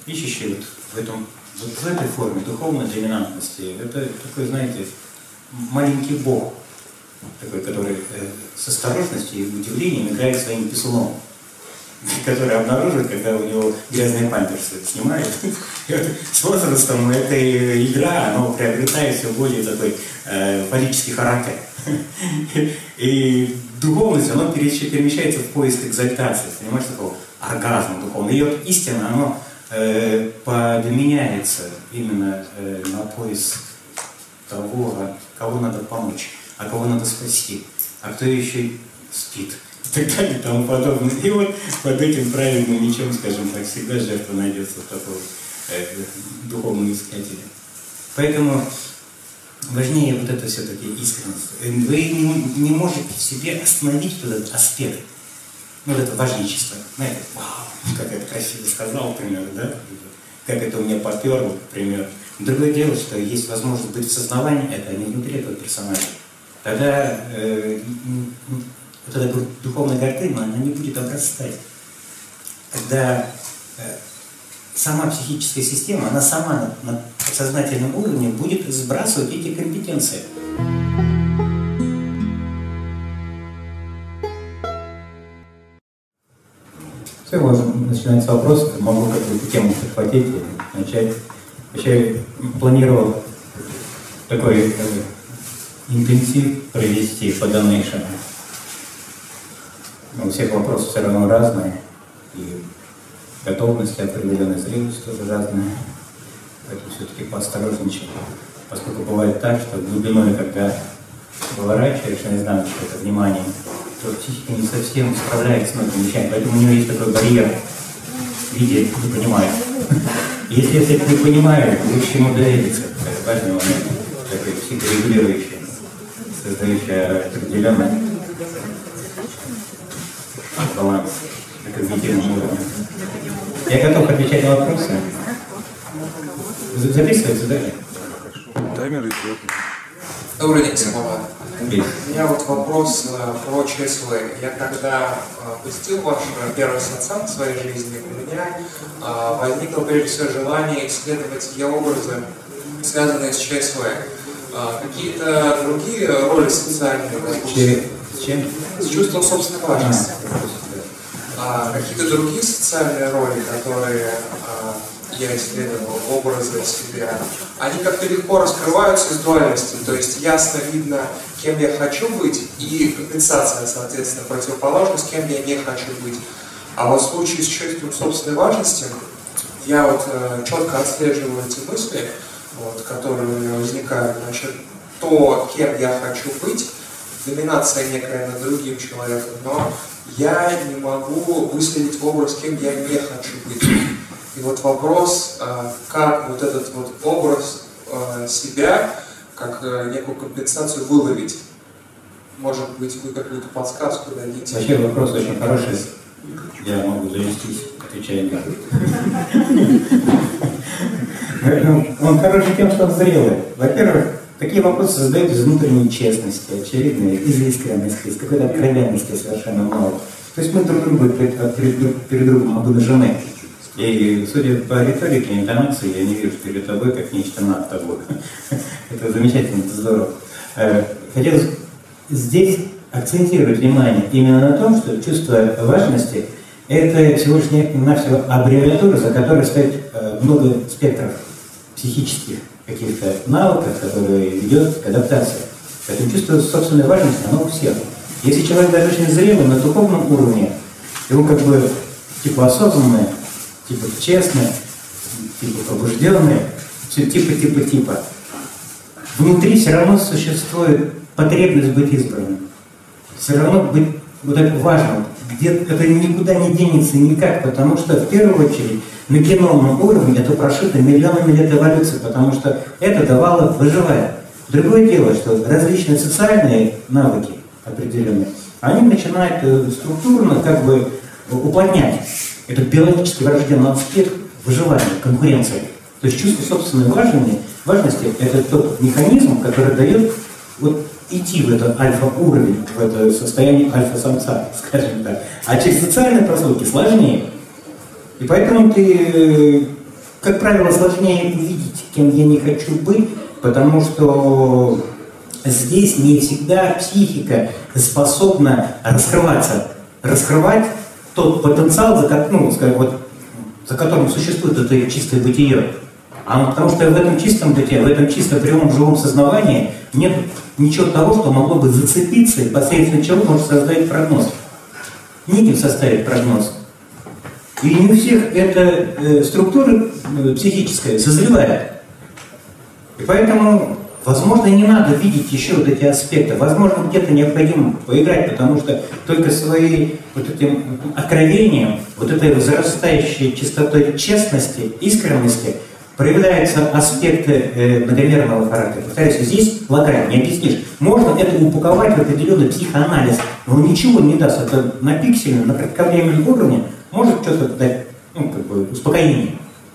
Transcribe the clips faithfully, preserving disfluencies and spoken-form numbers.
ищущий вот в, этом, вот в этой форме духовной доминантности, это такой, знаете, маленький бог, такой, который э, с осторожностью и удивлением играет своим писуном, который обнаруживает, когда у него грязные памперсы снимают. С возрастом эта игра, она приобретает все более такой э, фаллический характер. И духовность, она перемещается в поиск экзальтации, понимаешь, такого оргазма духовного. И вот истина, она э, подменяется именно э, на поиск того, кого надо помочь, а кого надо спасти, а кто еще спит. И так далее и тому подобное. И вот под этим правильным мечом, скажем так, всегда жертва найдется такого э, духовного искателя. Поэтому важнее вот это все-таки искренность. Вы не, не можете в себе остановить вот этот аспект, ну, вот это важничество. Знаете, вау, как это красиво сказал, например, да? Как это у меня поперло, например. Другое дело, что есть возможность быть в сознании, это не внутри этого персонажа. Тогда э, вот эта духовная гордыня, она не будет обрастать. Когда э, сама психическая система, она сама на, на подсознательном уровне будет сбрасывать эти компетенции. Все, можно начинать с вопроса, могу какую-то тему подхватить и начать. Вообще планировал такой э, интенсив провести по донейшену. У всех вопросы все равно разные, и готовность определенной зрелости тоже разная. Поэтому все-таки поосторожничать. Поскольку бывает так, что глубиной, когда выворачиваешь, не знаю, что это внимание, то психика не совсем справляется с многими вещами. Поэтому у него есть такой барьер в виде «не понимаю». Если я это не понимаю, лучше ему довериться. Это важный момент, такой психорегулирующий, создающий определенный баланс на когнитивном уровне. Я готов отвечать на вопросы. Записывается, да? Таймер идет. Добрый день, Самоват. У меня вот вопрос э, про ЧСВ. Я когда э, посетил ваш э, первый сатсанг в своей жизни, у меня э, возникло прежде всего желание исследовать те образы, связанные с ЧСВ. Э, Какие-то другие роли социальные, допустим, с чем? С чувством собственной важности. А, Какие-то другие социальные роли, которые э, я исследовал, образы себя, они как-то легко раскрываются из дуальности, то есть ясно видно, кем я хочу быть, и компенсация, соответственно, противоположность, кем я не хочу быть. А вот в случае с чувством собственной важности, я вот э, четко отслеживаю эти мысли, вот, которые у меня возникают, значит, то, кем я хочу быть, доминация некая над другим человеком, но я не могу выследить образ, кем я не хочу быть. И вот вопрос, как вот этот вот образ себя, как некую компенсацию выловить. Может быть, вы какую-то подсказку дадите? Вообще вопрос очень хороший. Я могу завестись, отвечая на это. Он хороший тем, что он зрелый. Во-первых, такие вопросы задают из внутренней честности, очевидной, из искренности, из какой-то откровенности совершенно много. То есть мы друг другу перед, перед, перед другом обнажены. И судя по риторике, интонации, я не вижу перед тобой как нечто над тобой. Это замечательно, это здорово. Хотелось здесь акцентировать внимание именно на том, что чувство важности – это всего лишь навсего аббревиатура, за которой стоит много спектров психических каких-то навыков, которые ведет к адаптации. Поэтому чувство собственной важности, оно у всех. Если человек даже очень зрелый на духовном уровне, его как бы типа осознанное, типа честное, типа побужденное, все типа-типа-типа. Внутри все равно существует потребность быть избранным. Все равно быть вот это важно. Где это никуда не денется никак, потому что в первую очередь на геномном уровне это прошито миллионами лет эволюции, потому что это давало выживание. Другое дело, что различные социальные навыки определенные, они начинают структурно как бы уплотнять этот биологически врожденный аспект выживания, конкуренции. То есть чувство собственной важности, важности – это тот механизм, который дает вот идти в этот альфа-уровень, в это состояние альфа-самца, скажем так. А через социальные прослойки сложнее. И поэтому ты как правило, сложнее увидеть, кем я не хочу быть, потому что здесь не всегда психика способна раскрываться, раскрывать тот потенциал, за, ну, скажем, вот, за которым существует это чистое бытие. А потому что в этом чистом бытие, в этом чистом прямом живом сознавании нет ничего того, что могло бы зацепиться и посредством чего может создать прогноз. Неким составить прогноз. И не у всех эта э, структура э, психическая созревает. И поэтому, возможно, не надо видеть еще вот эти аспекты. Возможно, где-то необходимо поиграть, потому что только своим вот этим откровением, вот этой возрастающей чистотой честности, искренности, проявляются аспекты э, многомерного характера. Повторяюсь, здесь локально, не объяснишь. Можно это упаковать в определенный психоанализ, но он ничего не даст. Это на пиксельном, на кратковременном уровне может что-то дать, ну, как бы, успокоение.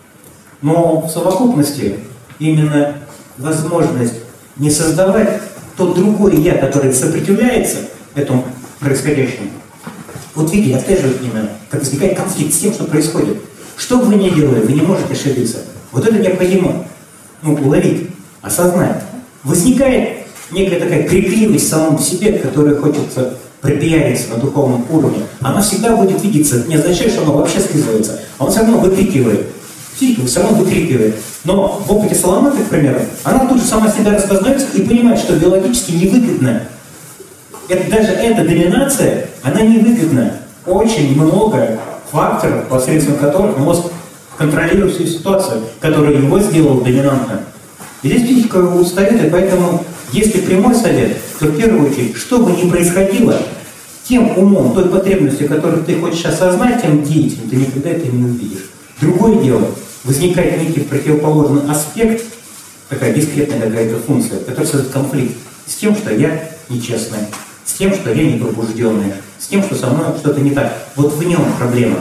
Но в совокупности именно возможность не создавать тот другой я, который сопротивляется этому происходящему. Вот видите, отслеживает именно, как возникает конфликт с тем, что происходит. Что бы вы ни делали, вы не можете ошибиться. Вот это необходимо, ну, уловить, осознать. Возникает некая такая крикливость в самом себе, которая хочется пропиариться на духовном уровне. Она всегда будет видеться. Это не означает, что она вообще слизывается. А он все равно выкрикивает. Психика все равно выкрикивает. Но в опыте Саламандры, к примеру, она тут же сама себя распознается и понимает, что биологически невыгодно. Это, даже эта доминация, она невыгодна. Очень много факторов, посредством которых мозг контролирует всю ситуацию, которую его сделал доминантным. И здесь психика устает, и поэтому, если прямой совет, то в первую очередь, что бы ни происходило, тем умом, той потребностью, которую ты хочешь осознать, тем деятелем, ты никогда это не увидишь. Другое дело, возникает некий противоположный аспект, такая дискретная какая-то функция, которая создает конфликт с тем, что я нечестный, с тем, что я непробужденный, с тем, что со мной что-то не так. Вот в нем проблема.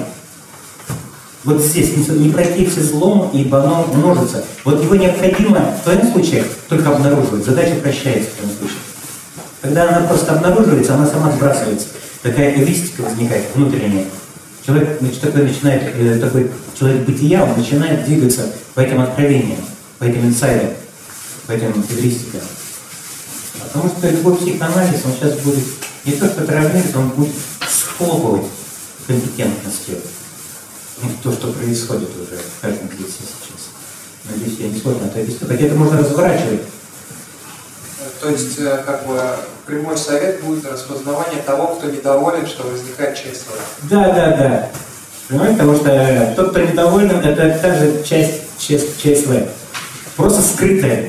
Вот здесь не пройти все злом, ибо оно множится. Вот его необходимо в твоем случае только обнаруживать. Задача прощается в твоем случае. Когда она просто обнаруживается, она сама сбрасывается. Такая эвристика возникает внутренняя. Человек, значит, такой начинает, э, такой человек бытия, он начинает двигаться по этим откровениям, по этим инсайдам, по этим эвристикам. Потому что любой психоанализ, он сейчас будет не то что травмировать, он будет схлопывать компетентностью. Ну, то, что происходит уже в каждом кейсе сейчас. Надеюсь, я не сложно это объясню. Так это можно разворачивать. То есть, как бы, прямой совет будет распознавание того, кто недоволен, что возникает часть своя. Да, да, да. Понимаете, потому что тот, кто недоволен, это также часть, часть, часть своя. Просто скрытая.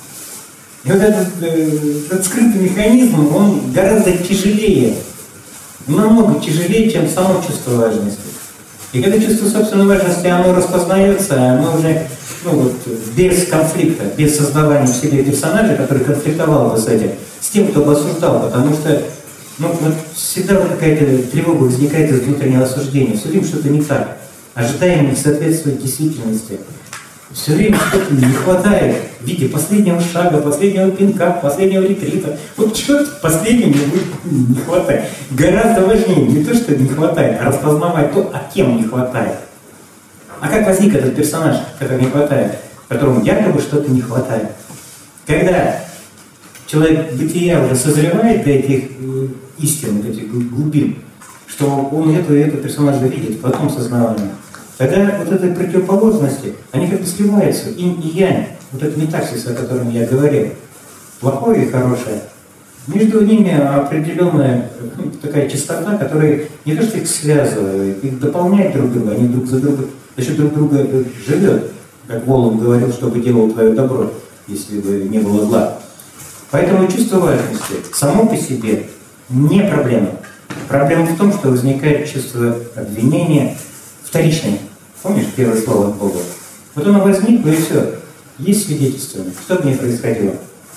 И вот этот, этот скрытый механизм, он гораздо тяжелее. Намного тяжелее, чем само чувство важности. И когда чувство собственной важности, оно распознается, оно уже, ну, вот, без конфликта, без создавания в себе персонажа, который конфликтовал бы с этим, с тем, кто бы осуждал, потому что, ну, вот всегда вот какая-то тревога возникает из внутреннего осуждения, все время что-то не так, ожидаемо не соответствует действительности. Все время что-то не хватает в виде последнего шага, последнего пинка, последнего ретрита. Вот чего-то последнего не хватает. Гораздо важнее не то, что не хватает, а распознавать то, а кем не хватает. А как возник этот персонаж, которому не хватает, которому якобы что-то не хватает? Когда человек бытия уже созревает до этих истин, до этих глубин, что он эту и этого персонажа видит, потом сознавание. Тогда вот этой противоположности, они как бы сливаются, инь и янь, вот этот метаксис, о котором я говорил, плохое и хорошее. Между ними определенная, ну, такая чистота, которая не то что их связывает, их дополняет друг друга, они друг за друга, за счет друг друга живет, как Волан говорил, чтобы делал твое добро, если бы не было зла. Поэтому чувство важности само по себе не проблема. Проблема в том, что возникает чувство обвинения вторичное. Помнишь первое слово Бога? Вот оно возникло, и все. Есть свидетельство, что бы ни происходило.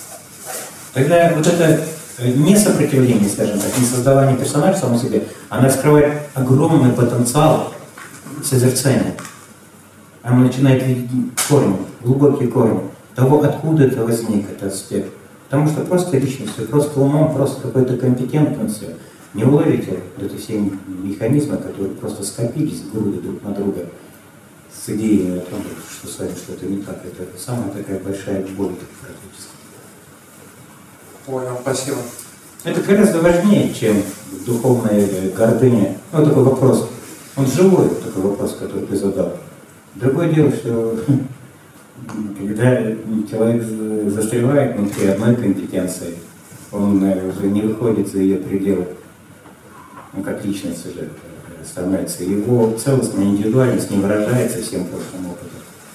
Тогда вот это не сопротивление, скажем так, не создавание персонажа само себе, она скрывает огромный потенциал созерцания. Она начинает видеть корни, глубокие корни того, откуда это возник, этот аспект. Потому что просто личностью, просто умом, просто какой-то компетентностью не уловите вот эти все механизмы, которые просто скопились груды друг на друга с идеей о том, что с вами что-то не так. Это самая такая большая боль практически. Понял, спасибо. Это гораздо важнее, чем духовная гордыня. Ну, такой вопрос. Он живой, такой вопрос, который ты задал. Другое дело, что когда человек застревает внутри одной компетенции, он уже не выходит за ее пределы. Он как личность уже становится. Его целостная индивидуальность не выражается всем прошлым опытом.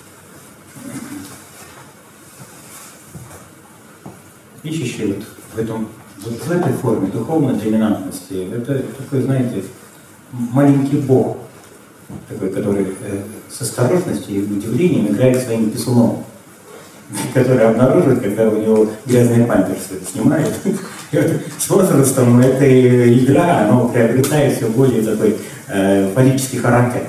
Ищущий вот в, этом, вот в этой форме духовной доминантности, это такой, знаете, маленький бог, такой, который э, с осторожностью и удивлением играет своим писуном, который обнаруживает, когда у него грязные памперсы снимают. И вот с возрастом эта игра, она приобретает все более такой э, фаллический характер.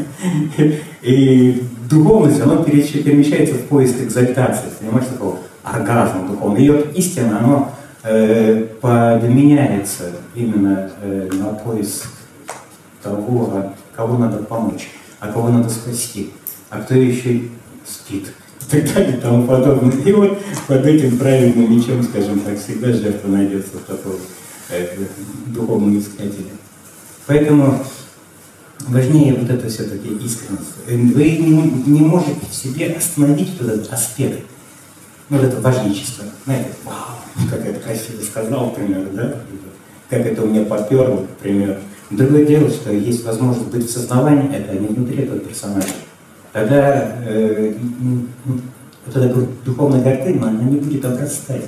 И духовность, она перемещается в поиск экзальтации, понимаешь, такого оргазма духовного. И вот истина, она э, подменяется именно э, на поиск того, кого надо помочь, а кого надо спасти, а кто еще спит, и так далее и тому подобное. И вот под этим правильным мечом, скажем так, всегда жертва найдется в такого э, духовного искателя. Поэтому важнее вот это все-таки искренность. Вы не, не можете в себе остановить вот этот аспект, вот это важничество. Знаете, вау, как это красиво сказал, например, да? Как это у меня поперло, например. Другое дело, что есть возможность быть в сознании, это не внутри этого персонажа. Тогда э, вот эта духовная гордыня, она не будет обрастать.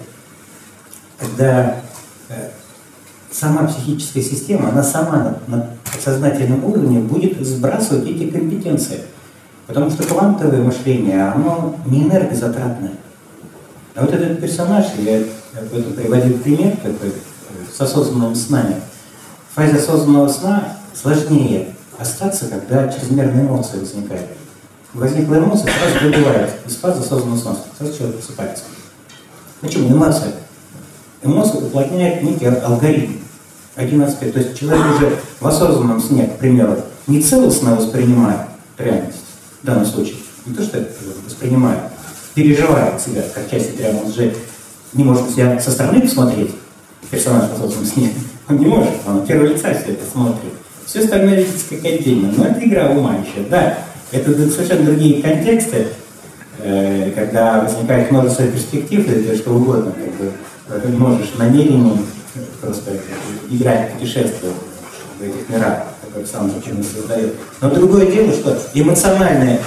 Когда э, сама психическая система, она сама на, на сознательном уровне будет сбрасывать эти компетенции. Потому что квантовое мышление, оно не энергозатратное. А вот этот персонаж, я об этом приводил пример такой, с осознанными снами. В фазе осознанного сна сложнее остаться, когда чрезмерные эмоции возникают. Возникла эмоция, сразу выбивает из фазы осознанного сна, сразу человек просыпается. Почему? Эмоция. Эмоция уплотняет некий алгоритм. Один аспект. То есть человек уже в осознанном сне, к примеру, не целостно воспринимает реальность, в данном случае. Не то, что это воспринимает, переживает себя, как часть этой реальности. Он же не может себя со стороны посмотреть, персонаж в осознанном сне. Он не может, он от первого лица все это смотрит. Все остальное видится как отдельно. Но это игра ума еще, да. Это совершенно другие контексты, э, когда возникает множество перспектив, или что угодно, как бы, ты можешь намерением просто играть, путешествовать в этих мирах, которые сам зачем создает. Но другое дело, что эмоциональный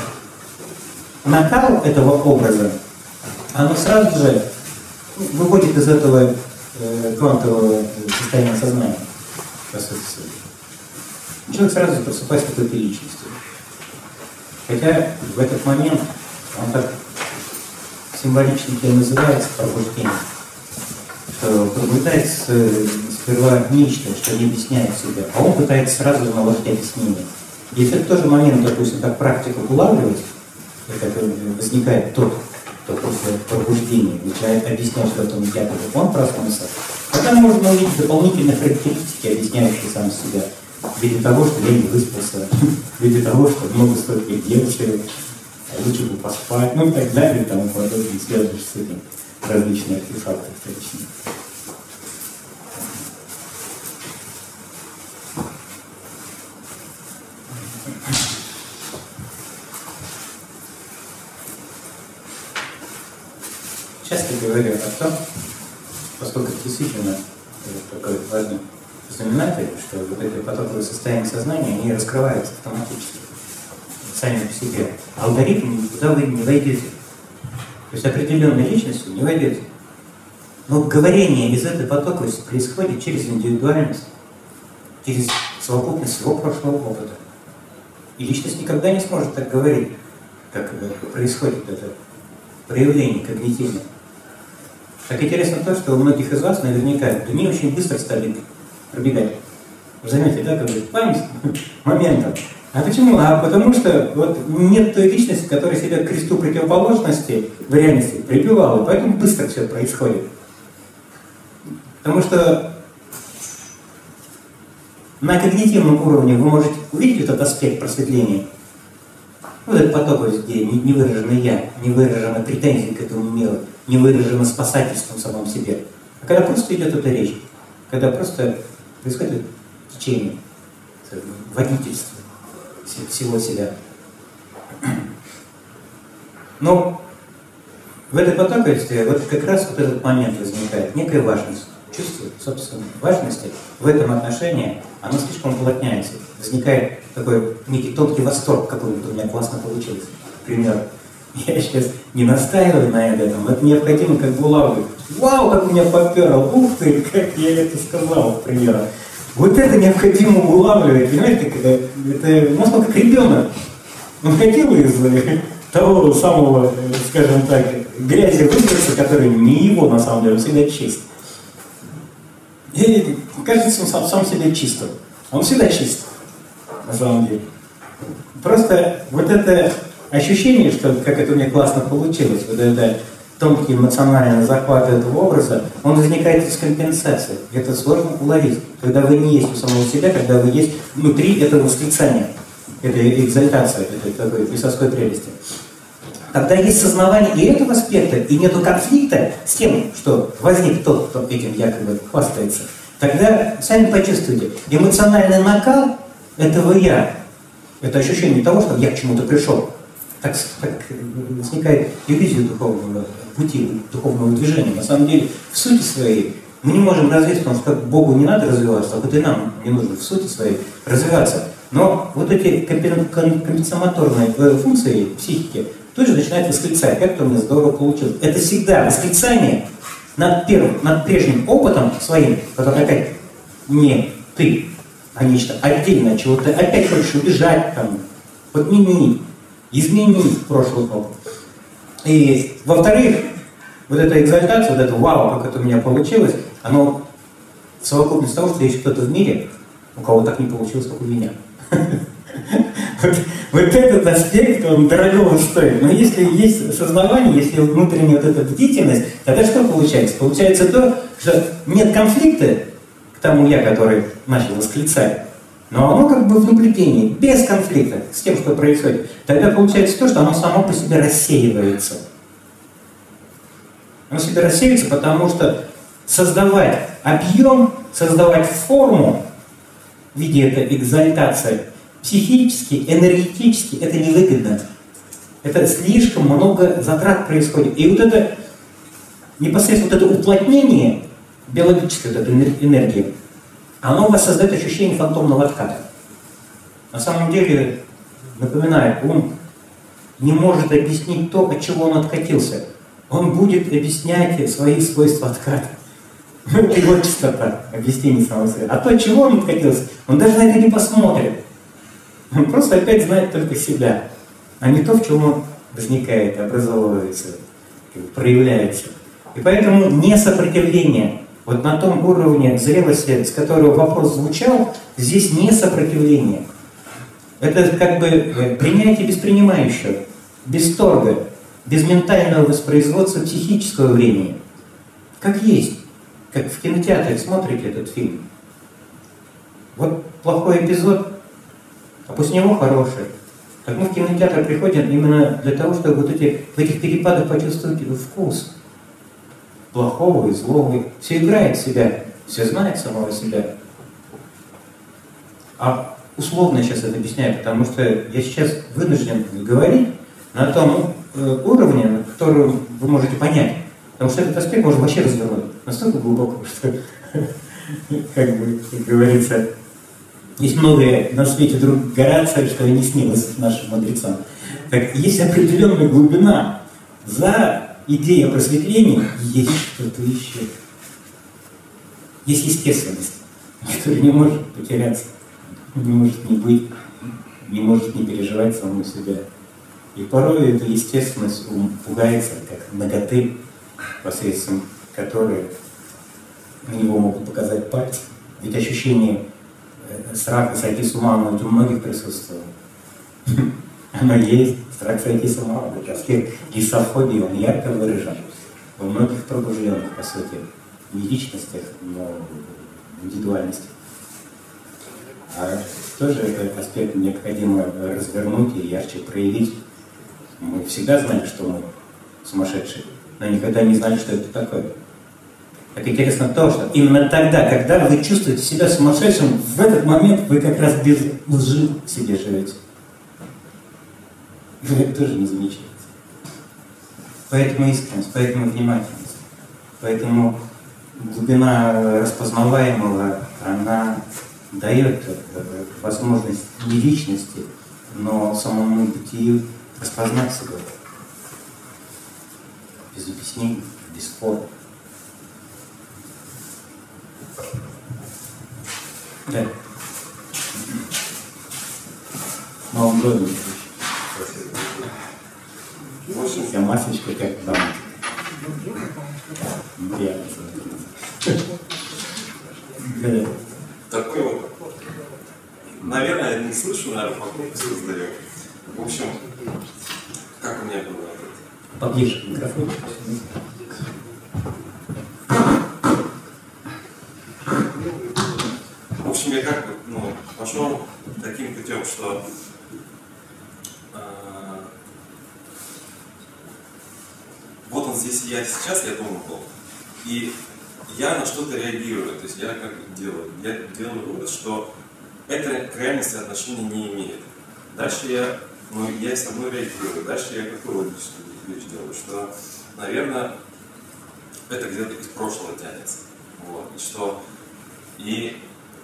накал этого образа, оно сразу же выходит из этого э, квантового состояния сознания, по сути. Человек сразу просыпается какой-то личностью. Хотя в этот момент он так символически называется пробуждение, что пробуждается сперва нечто, что не объясняет себя, а он пытается сразу наложить объяснение. Если в тот же момент, допустим, как практику улавливать, как возникает тот, кто после пробуждения начинает объяснять, что это якобы он проснулся, тогда можно увидеть дополнительные характеристики, объясняющие сам себя. В виде того, что я не выспался, в виде того, что много столько дел, а лучше бы поспать, ну и так далее, и тому подобное, связываешь с этим различные артефакты вторичные. Часто говорю о том, поскольку действительно такой важный знаменатель, что вот эти потоковые состояния сознания, они раскрываются автоматически, сами по себе. Алгоритм, куда вы не войдете. То есть определенной личностью не войдете. Но говорение из этой потоковости происходит через индивидуальность, через совокупность всего прошлого опыта. И личность никогда не сможет так говорить, как происходит это проявление когнитивное. Так интересно то, что у многих из вас наверняка дни очень быстро стали пробегать. Вы заметили, да, как бы память моментом. А почему? А потому что вот нет той личности, которая себя к кресту противоположности в реальности прибивала, поэтому быстро все происходит. Потому что на когнитивном уровне вы можете увидеть этот аспект просветления, Вот этот поток, где невыраженное я, невыраженная претензия к этому миру, невыраженное спасательство в самом себе. А когда просто идет эта речь, когда просто происходит течение, водительство всего себя. Но в этой потоковости вот как раз вот этот момент возникает, некая важность. Чувство собственной важности в этом отношении, оно слишком уплотняется. Возникает такой некий тонкий восторг, какой-то у меня классно получилось. Например, я сейчас не настаиваю на этом, это необходимо как бы улавливать. Вау, как у меня поперло, ух ты, как я это сказал, к примеру. Вот это необходимо улавливать, понимаете, как это, это ну, как ребенок. Он хотел из того самого, скажем так, грязи выбраться, который не его на самом деле, он всегда чист. И кажется, он сам, сам себя чистым. Он всегда чист, на самом деле. Просто вот это ощущение, что как это у меня классно получилось, вот это тонкий эмоциональный захват этого образа, он возникает из компенсации. Это сложно уловить, когда вы не есть у самого себя, когда вы есть внутри этого восклицания, этой экзальтации, этой такой бесовской прелести. Когда есть сознавание и этого аспекта, и нету конфликта с тем, что возник тот, кто этим якобы хвастается, тогда сами почувствуйте, эмоциональный накал этого я, это ощущение того, что я к чему-то пришел, так, так возникает иллюзия духовного пути, духовного движения. На самом деле, в сути своей мы не можем развиться, потому что как Богу не надо развиваться, а вот и нам не нужно в сути своей развиваться. Но вот эти компенсаторные функции психики тут же начинает восклицать, как это у меня здорово получилось. Это всегда восклицание над первым, над прежним опытом своим, который опять не ты, а нечто отдельное, чего ты опять хочешь убежать, там, подменить, изменить прошлый опыт. И, во-вторых, вот эта экзальтация, вот это вау, как это у меня получилось, оно в совокупности того, что есть кто-то в мире, у кого так не получилось, как у меня. Вот, вот этот аспект, он дорогого стоит. Но если есть сознавание, если внутренняя вот эта бдительность, тогда что получается? Получается то, что нет конфликта к тому я, который начал восклицать, но оно как бы в наблюдении, без конфликта с тем, что происходит. Тогда получается то, что оно само по себе рассеивается. Оно себе рассеивается, потому что создавать объем, создавать форму в виде этой экзальтации психически, энергетически это невыгодно. Это слишком много затрат происходит. И вот это непосредственно вот это уплотнение биологической вот этой энергии, оно у вас создает ощущение фантомного отката. На самом деле, напоминаю, ум не может объяснить то, от чего он откатился. Он будет объяснять свои свойства отката. Это его чистота, объяснение самого себя. А то, от чего он откатился, он даже на это не посмотрит. Он просто опять знает только себя, а не то, в чем он возникает, образовывается, проявляется. И поэтому не сопротивление. Вот на том уровне зрелости, с которого вопрос звучал, здесь не сопротивление. Это как бы принятие без принимающего, без торга, без ментального воспроизводства психического времени. Как есть. Как в кинотеатре смотрите этот фильм. Вот плохой эпизод, а после него хороший. Так мы в кинотеатр приходим именно для того, чтобы вот эти, в этих перепадах почувствовать вкус плохого и злого. Все играет в себя, все знает самого себя. А условно я сейчас это объясняю, потому что я сейчас вынужден говорить на том уровне, на котором вы можете понять. Потому что этот аспект можно вообще развернуть настолько глубоко, что, как бы, как говорится, есть многое на свете друг Горация, что и не снилось нашим мудрецам. Так есть определенная глубина. За идеей просветления есть что-то еще. Есть естественность, которая не может потеряться, не может не быть, не может не переживать саму себя. И порой эта естественность пугается, как наготы, посредством которой на него могут показать пальцы. Ведь ощущение страха сойти с ума, оно у многих присутствует. Оно есть, страх сойти с ума, в аспект гисофобии, он ярко выражен во многих пробужденных, по сути, не личностях, но в индивидуальности. А тоже этот аспект необходимо развернуть и ярче проявить. Мы всегда знали, что мы сумасшедшие, но никогда не знали, что это такое. Так интересно то, что именно тогда, когда вы чувствуете себя сумасшедшим, в этот момент вы как раз без лжи себе живете. Вы это тоже не замечаете. Поэтому искренность, поэтому внимательность, поэтому глубина распознаваемого, она дает возможность не личности, но самому бытию распознать себя. Без объяснений, без спора. Да. Новым годом. Я масочка как дам. Такой вот. Наверное, я не слышу, наверное, вокруг все задаю. В общем, как у меня было это? Поближе к микрофону. В общем, я как бы ну, пошел таким путем, что э, вот он здесь и я сейчас, я дома был, и я на что-то реагирую, то есть я как делаю, я делаю вывод, что это к реальности отношения не имеет. Дальше я, ну, я со мной реагирую, дальше я какую логическую вещь делаю, что, наверное, это где-то из прошлого тянется, вот, и что, и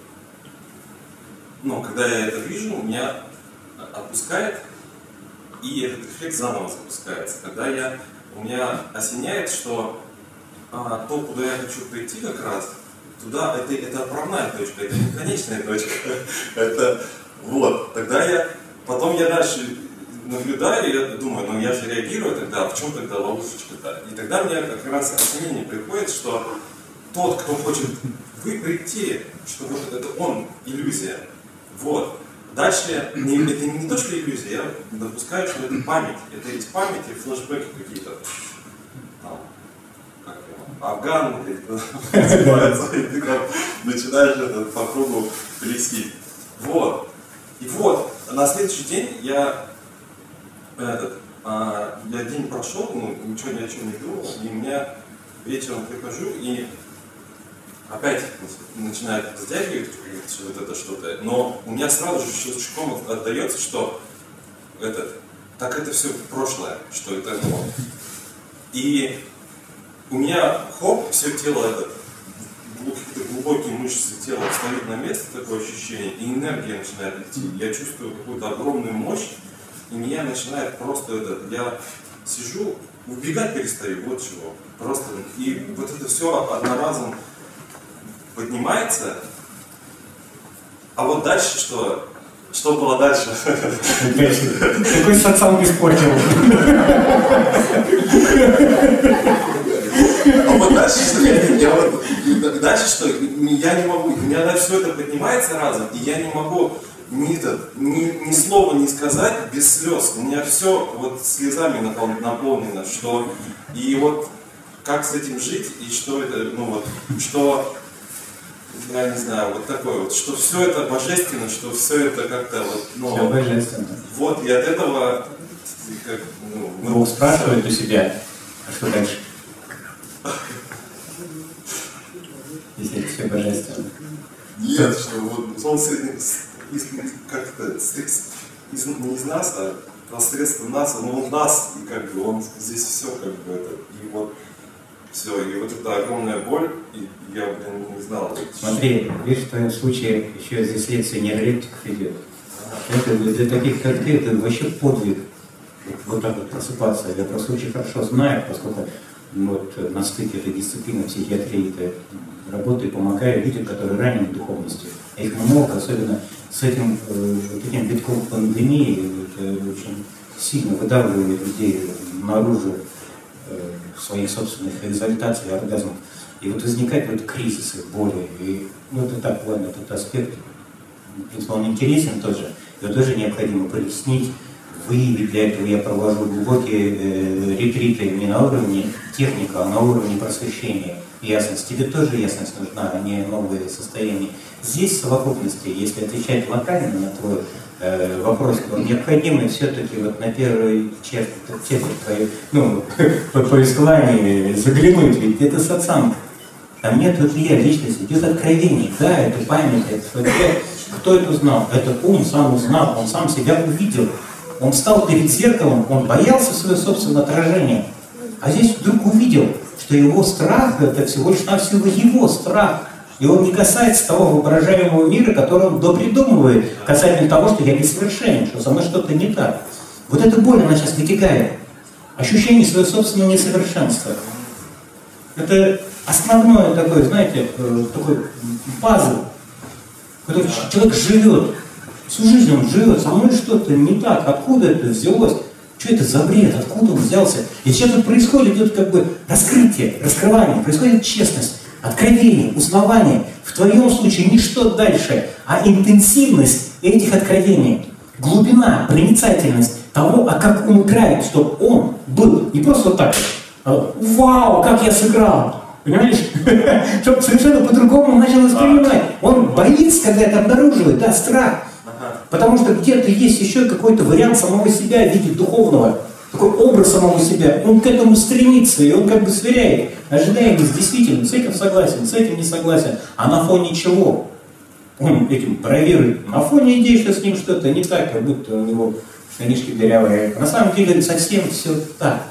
ну, когда я это вижу, меня отпускает, и этот эффект заново запускается. Когда я, у меня осеняет, что а, то, куда я хочу прийти как раз, туда, это, это отправная точка, это не конечная точка. Это, вот, тогда я, потом я дальше наблюдаю, и я думаю, ну я же реагирую тогда, в чем тогда ловушечка-то? И тогда мне как раз осенение приходит, что тот, кто хочет вы прийти, что вот это он, иллюзия. Вот. Дальше, не, это не то, что иллюзия, я допускаю, что это память. Это из памяти флешбеки какие-то. Как его? Афган, называется, и ты как начинаешь это по кругу плести. Вот. И вот, на следующий день я, этот, а, я день прошел, ну, ничего ни о чем не думал, и у меня вечером прихожу, и опять начинает сдягивать вот это что-то, но у меня сразу же щелчком отдается, что этот, так это все прошлое, что это, ну, и у меня хоп, все тело это, какие-то глубокие мышцы тела встают на место, такое ощущение, и энергия начинает идти, я чувствую какую-то огромную мощь, и меня начинает просто это, я сижу, убегать перестаю, вот чего, просто, и вот это все одноразом поднимается, а вот дальше что? Что было дальше? Какой социал испортил? А вот дальше что? Я вот, дальше что? Я не могу, у меня все это поднимается разом, и я не могу ни, ни, ни слова не сказать без слез. У меня все вот слезами наполнено, что и вот как с этим жить, и что это, ну вот, что я не знаю, вот такое вот, что все это божественно, что все это как-то вот, ну, все божественно. Вот, и от этого, как, ну, Бог спрашивает у себя, а что дальше? Если это все божественно. Нет, что вот он как-то из, не из нас, а посредством нас, но он нас, и как бы он здесь все как бы это, и вот все, и вот это огромная боль, и я, блин, не знал. Смотри, видишь, в твоем случае еще здесь лекция нейролептиков идет. Это для таких, как ты, это вообще подвиг. Вот так вот просыпаться. Я просто очень хорошо знаю, поскольку вот, на стыке этой дисциплины психиатрии работаю, помогаю людям, которые ранены духовностью. А их много, особенно с этим, вот этим витком пандемии, это очень сильно выдавливает людей наружу своих собственных экзальтаций, оргазмов. И вот возникают вот кризисы, боли. И, ну, это так, ладно, этот аспект, в принципе, он интересен тоже. Его тоже необходимо прояснить, выявить для этого я провожу глубокие э, ретриты не на уровне техника, а на уровне просвещения. Ясность. Тебе тоже ясность нужна, а не новые состояния. Здесь в совокупности, если отвечать локально на твой э, вопрос, то необходимо все-таки вот на первую черту, твою, ну, по повествованию заглянуть, ведь это сатсанг. Там нет вот я, личности, идет откровение, да, это память, это кто это узнал? Это он сам узнал, он сам себя увидел. Он встал перед зеркалом, он боялся своего собственного отражения. А здесь вдруг увидел, что его страх, это всего лишь навсего его страх. И он не касается того воображаемого мира, который он допридумывает, касательно того, что я несовершенен, что со мной что-то не так. Вот эта боль, она сейчас вытекает. Ощущение своего собственного несовершенства. Это основное такое, знаете, такой пазл, который человек живет. Всю жизнь он живет, со мной что-то не так, откуда это взялось? Что это за бред, откуда он взялся? И сейчас тут происходит, идет как бы раскрытие, раскрывание, происходит честность, откровение, узнавание. В твоем случае не что дальше, а интенсивность этих откровений, глубина, проницательность того, а как он играет, чтобы он был не просто вот так, а, вау, как я сыграл, понимаешь? Чтобы совершенно по-другому начал воспринимать. Он боится, когда это обнаруживает, да, страх. Потому что где-то есть еще какой-то вариант самого себя в виде духовного, такой образ самого себя. Он к этому стремится, и он как бы сверяет ожидаемость действительно, с этим согласен, с этим не согласен. А на фоне чего? Он этим проверит. На фоне идеи, что с ним что-то не так, как будто у него штанишки дырявые. На самом деле совсем все так.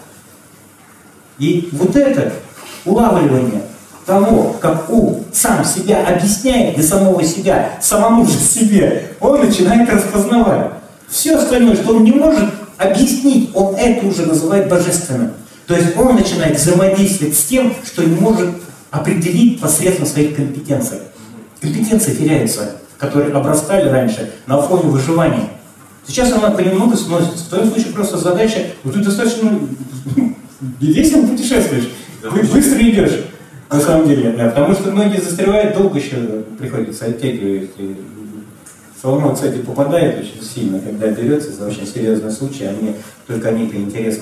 И вот это улавливание того, как ум сам себя объясняет для самого себя, самому же себе, он начинает распознавать. Все остальное, что он не может объяснить, он это уже называет божественным. То есть он начинает взаимодействовать с тем, что не может определить посредством своих компетенций. Компетенции теряются, которые обрастали раньше на фоне выживания. Сейчас она понемногу сносится. В твоем случае просто задача, вот ты достаточно весело путешествуешь, быстро идешь. На самом деле, да, потому что многие застревают, долго еще приходится оттягивать. Соломон, кстати, попадает очень сильно, когда берется за очень серьезный случай, а мне только они-то интересно.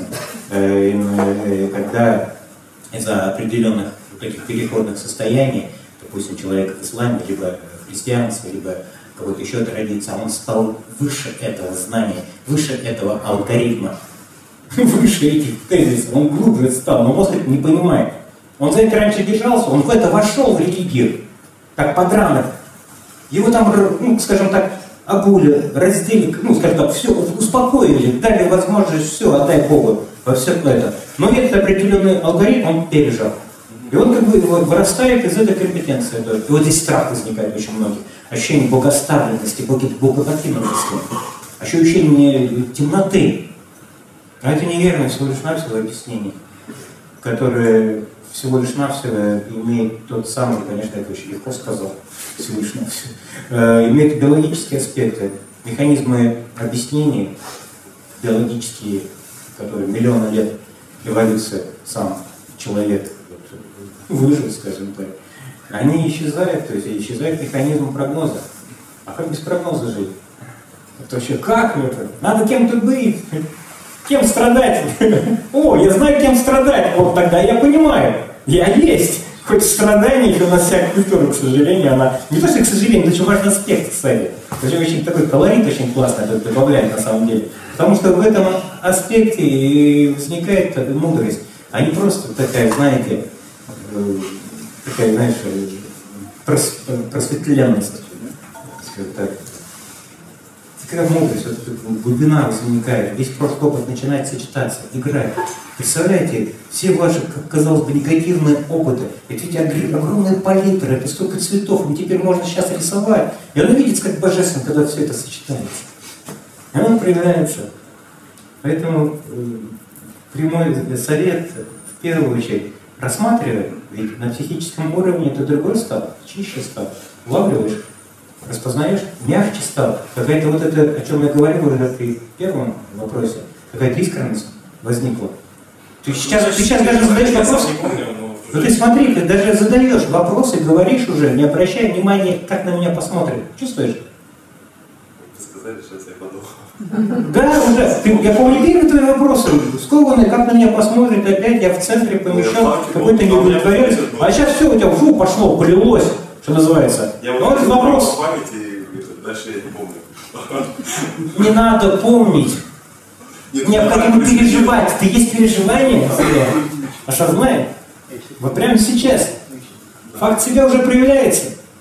Когда из-за определенных таких переходных состояний, допустим, человек в исламе, либо в христианстве, либо какой-то еще традиции, он стал выше этого знания, выше этого алгоритма, выше этих тезисов, он глубже стал, но мозг это не понимает. Он за это раньше держался, он в это вошел в религию, как подранок. Его там, ну, скажем так, обули, раздели, ну, скажем так, все, успокоили, дали возможность, все, отдай Богу во все это. Но этот определенный алгоритм он пережил. И он как бы вырастает из этой компетенции. И вот здесь страх возникает очень многих. Ощущение богоставленности, богопокинутости, ощущение темноты. А это неверное всего лишь навсего объяснение, которое всего лишь навсего имеет тот самый, конечно, это очень легко сказал, всего лишь навсего, э, имеет биологические аспекты, механизмы объяснений биологические, которые миллионы лет эволюции сам человек вот, выжил, скажем так, они исчезают, то есть исчезает механизм прогноза. А как без прогноза жить? Это вообще как это? Надо кем-то быть. Кем страдать? О, я знаю, кем страдать. Вот тогда я понимаю. Я есть. Хоть страдание, у нас вся культура, к сожалению, она... Не то, что, к сожалению, это очень важный аспект, кстати. Это очень такой колорит очень классный это добавляет на самом деле. Потому что в этом аспекте и возникает такая мудрость. А не просто такая, знаете, такая, знаешь, просветленность. Скажем так. Такая мудрость, вот эта глубина возникает, весь прошлый опыт начинает сочетаться, играть. Представляете, все ваши, как казалось бы, негативные опыты, это ведь огромная палитра, это столько цветов, и теперь можно сейчас рисовать. И оно видится как божественно, когда все это сочетается. И оно проявляется. Поэтому прямой совет, в первую очередь, рассматривай, ведь на психическом уровне это другой стал, чище стал, улавливаешь. Распознаешь, мягче стал. Какая-то вот это, о чем я говорил уже при первом вопросе, какая-то искренность возникла. Ты сейчас, ты сейчас даже задаешь вопрос. Ну ты смотри, ты даже задаешь вопросы, говоришь уже, не обращая внимания, как на меня посмотрят. Чувствуешь? Вы сказали, сейчас я подумал. Да, уже. Ты, я помню, верю твои вопросы. Скованный, как на меня посмотрит, опять я в центре помещал, какой-то неудовлетворенный. А сейчас все у тебя фу, пошло, полилось, что называется. Я ну, вот вопрос. По памяти, дальше я не помню. Не надо помнить. Нет, необходимо переживать. Ты есть переживание, осознай. Вот прямо сейчас. Факт себя уже проявляется.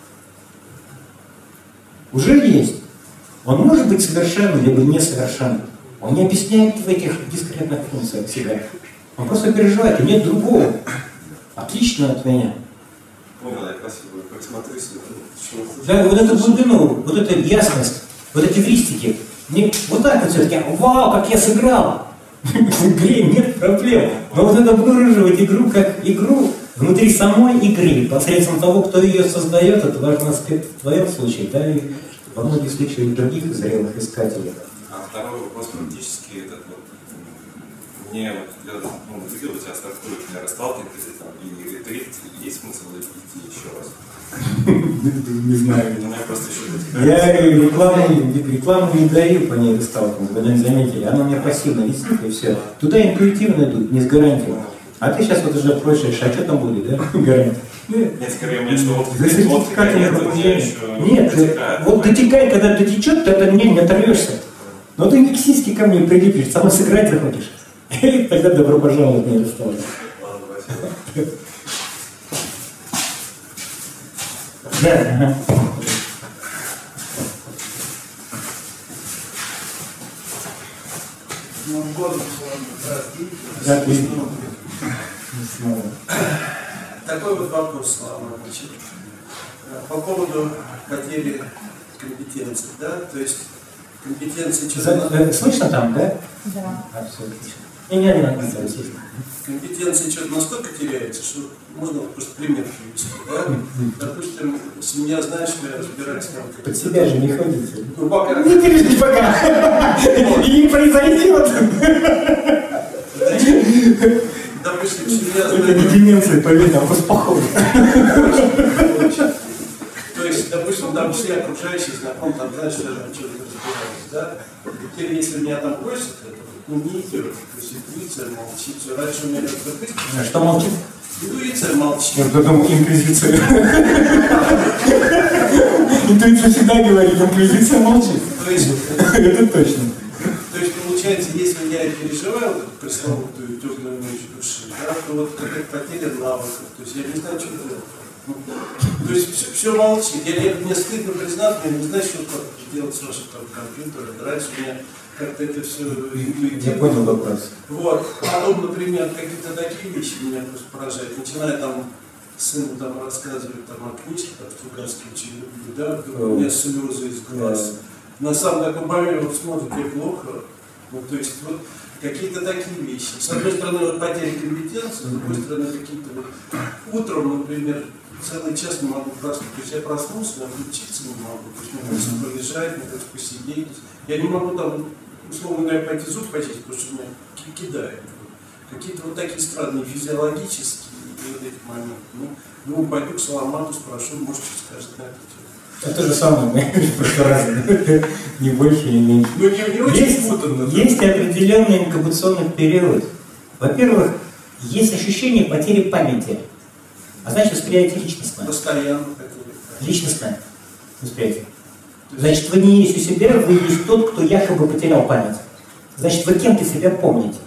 Уже есть. Он может быть совершенным, либо несовершенным. Он не объясняет в этих дискретных функциях себя. Он просто переживает, и нет другого. Отлично от меня. Понял, я красиво посмотрю себе. Да, вот эту глубину, вот эту ясность, вот эти вристики. Не, вот так вот все-таки, вау, как я сыграл. В игре нет проблем. Но вот это обнаруживать игру как игру внутри самой игры, посредством того, кто ее создает, это важный аспект в твоем случае, да, и во многих случаях других зрелых искателей. А второй вопрос практически, этот вот, мне, я ну, видел у тебя стартует, наверное, сталкинг, и ретрит, есть смысл идти еще раз? Не знаю. У меня просто еще я рекламу, рекламу не даю по ней сталкинг, вы не заметили, она у меня пассивно висит и все. Туда интуитивно идут, не с гарантией. А ты сейчас вот уже просишь, а что там будет, да? Гарантия. Нет, скорее мне, что вот за сертификаты не пробуждения. Нет, вот дотекай, когда дотечет, ты от меня не оторвешься. Но ты не к сиське ко мне прилипишь, сама сыграть захочешь. Тогда добро пожаловать на ресторан. Да, ага. Да, ты. Такой вот вопрос, Слава Иванович. По поводу потери компетенции, да? То есть компетенции... За, э, слышно там, да? Да. А, все, отлично. И не надо, естественно. Компетенция что-то настолько теряется, что можно просто пример привести, да? Допустим, семья знает, что я разбираюсь там... Под себя же не ходите. Ну, пока... Не пережди пока. И не произойдет. Допустим, семья Это знает... не деменция, поверь, а просто похоже. То есть, допустим, там все окружающие знакомые, там знают, что я там что-то разбираюсь, да? Теперь, если меня там просят, это ну, не идет. То есть интуиция молчит. Раньше у меня как-то быстро... А что молчит? Интуиция молчит. Я потом инквизиция. Интуиция всегда говорит, инквизиция молчит. То есть, это точно. То есть, получается, если я и переживаю эту пресловутую теплую ночь души, да, то вот какая-то потеря навыков. То есть я не знаю, что делать. Ну, то есть все, все молчит. Я, я, мне стыдно признаться, я не знаю, что делать с вашим там, компьютером. Раньше у меня как-то это все интуитивно. Я понял вопрос. Вот. Потом, например, какие-то такие вещи меня просто поражают. Начиная там сыну там рассказывать там, о книжке, там, Стругацкий очень люблю, да, у меня слезы из глаз. На самом таком моменте вот смотрит мне плохо. Вот, то есть вот какие-то такие вещи. С одной стороны, вот потеря компетенции, с другой стороны, какие-то вот утром, например, целый час не могу проснуться. То есть я проснулся, я включиться не могу. То есть мне хочется полежать, мне хочется посидеть. Я не могу там, условно говоря, пойти зуб почистить, потому что меня кидает. Какие-то вот такие странные физиологические вот эти моменты. Ну, ну пойду к Саламату, спрошу, может, что скажет на это. Это то же самое, просто разное. Не больше, не меньше. Ну, не, не очень есть, путанно, да? есть определенный инкубационный период. Во-первых, есть ощущение потери памяти. А значит, восприятие личностное. Постоянно. Личностное восприятие. Значит, вы не есть у себя, вы есть тот, кто якобы потерял память. Значит, вы кем-то себя помните.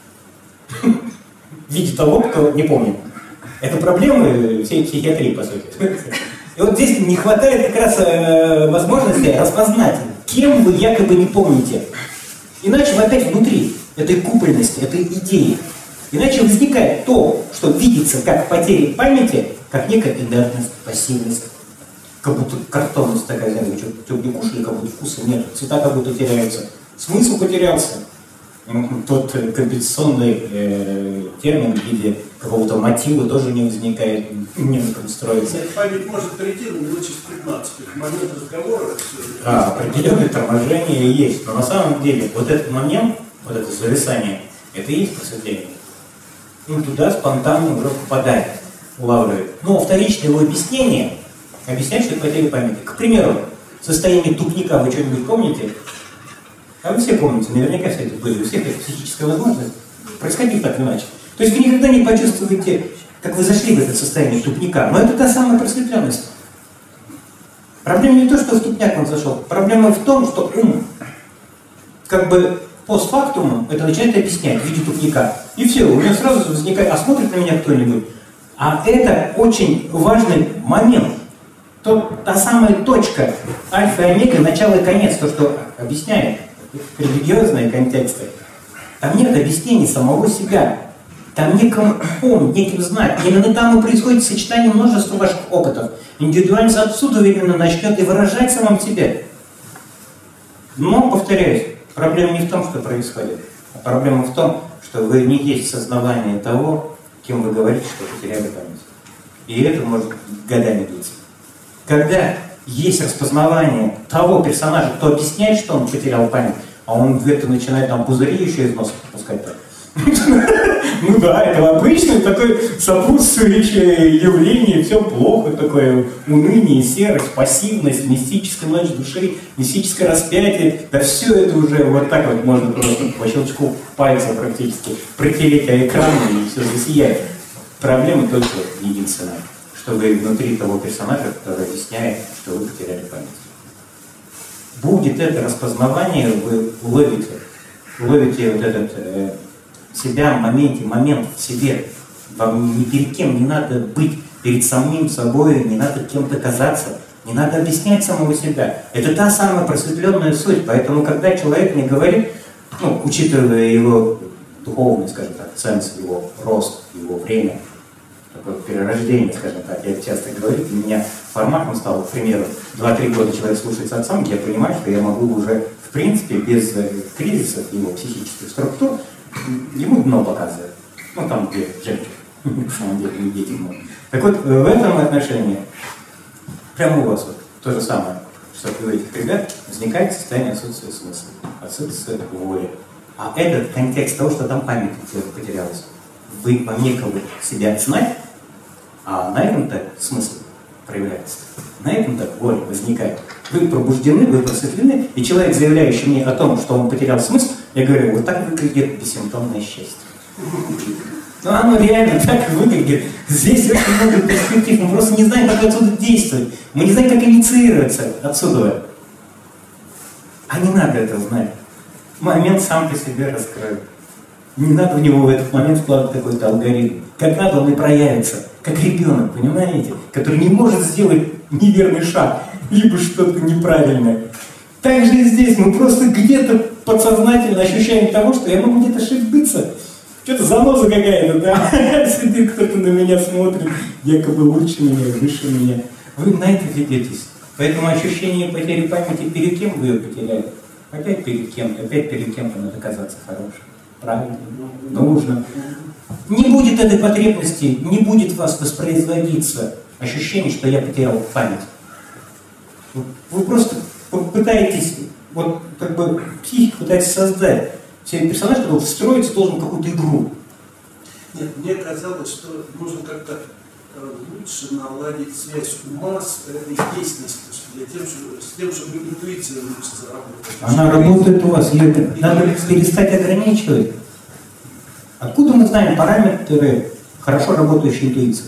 В виде того, кто не помнит. Это проблемы всей психиатрии, по сути. И вот здесь не хватает как раз э, возможности распознать, кем вы якобы не помните. Иначе вы опять внутри этой купольности, этой идеи. Иначе возникает то, что видится как потеря памяти, как некая инертность, пассивность, как будто картонность такая, знаете, что не кушали, как будто вкуса нет, цвета как будто теряются, смысл потерялся. Тот компенсационный э, термин в виде какого-то мотива тоже не возникает, не строится. Память может прийти, но минут через пятнадцать. В момент разговора... А, определенное торможение есть. Но на самом деле вот этот момент, вот это зависание, это и есть просветление. И туда спонтанно уже попадает, улавливает. Но вторичное его объяснение объясняет, что это потеря памяти. К примеру, состояние тупника вы что-нибудь помните? А вы все помните, наверняка все это были, у всех это психическая возможность происходить так иначе. То есть вы никогда не почувствуете, как вы зашли в это состояние тупника, но это та самая просветленность. Проблема не то, что в тупняк он зашел, проблема в том, что ум, как бы постфактум, это начинает объяснять в виде тупника. И все, у меня сразу возникает, а смотрит на меня кто-нибудь. А это очень важный момент. То, та самая точка, альфа и омега, начало и конец, то, что объясняет религиозные контексты. Там нет объяснений самого себя. Там некому ум, неким знать. Именно там и происходит сочетание множества ваших опытов. Индивидуальность отсюда именно начнет и выражать самом себе. Но, повторяюсь, проблема не в том, что происходит, а проблема в том, что вы не есть сознавание того, кем вы говорите, что потеряли память. И это может годами длиться. Когда есть распознавание того персонажа, кто объясняет, что он потерял память, а он где-то начинает там пузыри еще из носа пускать-то. Ну да, это обычное такое сопутствующее явление, все плохо, такое уныние, серость, пассивность, мистическая ночь души, мистическое распятие. Да все это уже вот так вот можно просто по щелчку пальца практически протереть экран и все засияет. Проблема только единственная, что вы внутри того персонажа, который объясняет, что вы потеряли память. Будет это распознавание, вы уловите, уловите вот этот э, себя в моменте, момент в себе. Вам ни перед кем не надо быть, перед самим собой, не надо кем-то казаться, не надо объяснять самого себя. Это та самая просветленная суть. Поэтому, когда человек мне говорит, ну, учитывая его духовный, скажем так, ценз, его рост, его время, такое перерождение, скажем так, я часто говорю, для меня форматом стал, к примеру, два-три года человек слушает отцом, я понимаю, что я могу уже, в принципе, без кризисов его психических структур, ему дно показывает. Ну, там, где жертвы, на самом деле, не дети могут. Так вот, в этом отношении, прямо у вас вот то же самое, что у этих ребят возникает состояние отсутствия смысла, отсутствия воли. А этот контекст того, что там память потерялась, вы вам некого себя знать, а на этом-то смысл проявляется. На этом-то воля возникает. Вы пробуждены, вы просветлены, и человек, заявляющий мне о том, что он потерял смысл, я говорю, вот так выглядит бессимптомное счастье. Ну, оно реально так выглядит. Здесь очень много перспектив, мы просто не знаем, как отсюда действовать. Мы не знаем, как инициироваться отсюда. А не надо это знать. Момент сам по себе раскроет. Не надо в него в этот момент вкладывать какой-то алгоритм. Как надо, он и проявится. Как ребенок, понимаете? Который не может сделать неверный шаг, либо что-то неправильное. Так же и здесь мы просто где-то подсознательно ощущаем того, что я могу где-то ошибиться. Что-то заноза какая-то, да? Сидит кто-то на меня смотрит, якобы лучше меня, выше меня. Вы на это ведетесь. Поэтому ощущение потери памяти, перед кем вы ее потеряли? Опять перед кем-то, опять перед кем-то надо казаться хорошим. Правильно? Нужно. Не будет этой потребности, не будет вас воспроизводиться ощущение, что я потерял память. Вы просто пытаетесь, вот как бы психика пытается создать. Все персонаж, который встроиться должен в какую-то игру. Нет, мне казалось, что нужно как-то лучше наладить связь ума с этой действенностью, для тем, чтобы, с тем, чтобы интуиция лучше заработала. Она работает у вас, ее надо перестать ограничивать. Откуда мы знаем параметры хорошо работающей интуиции?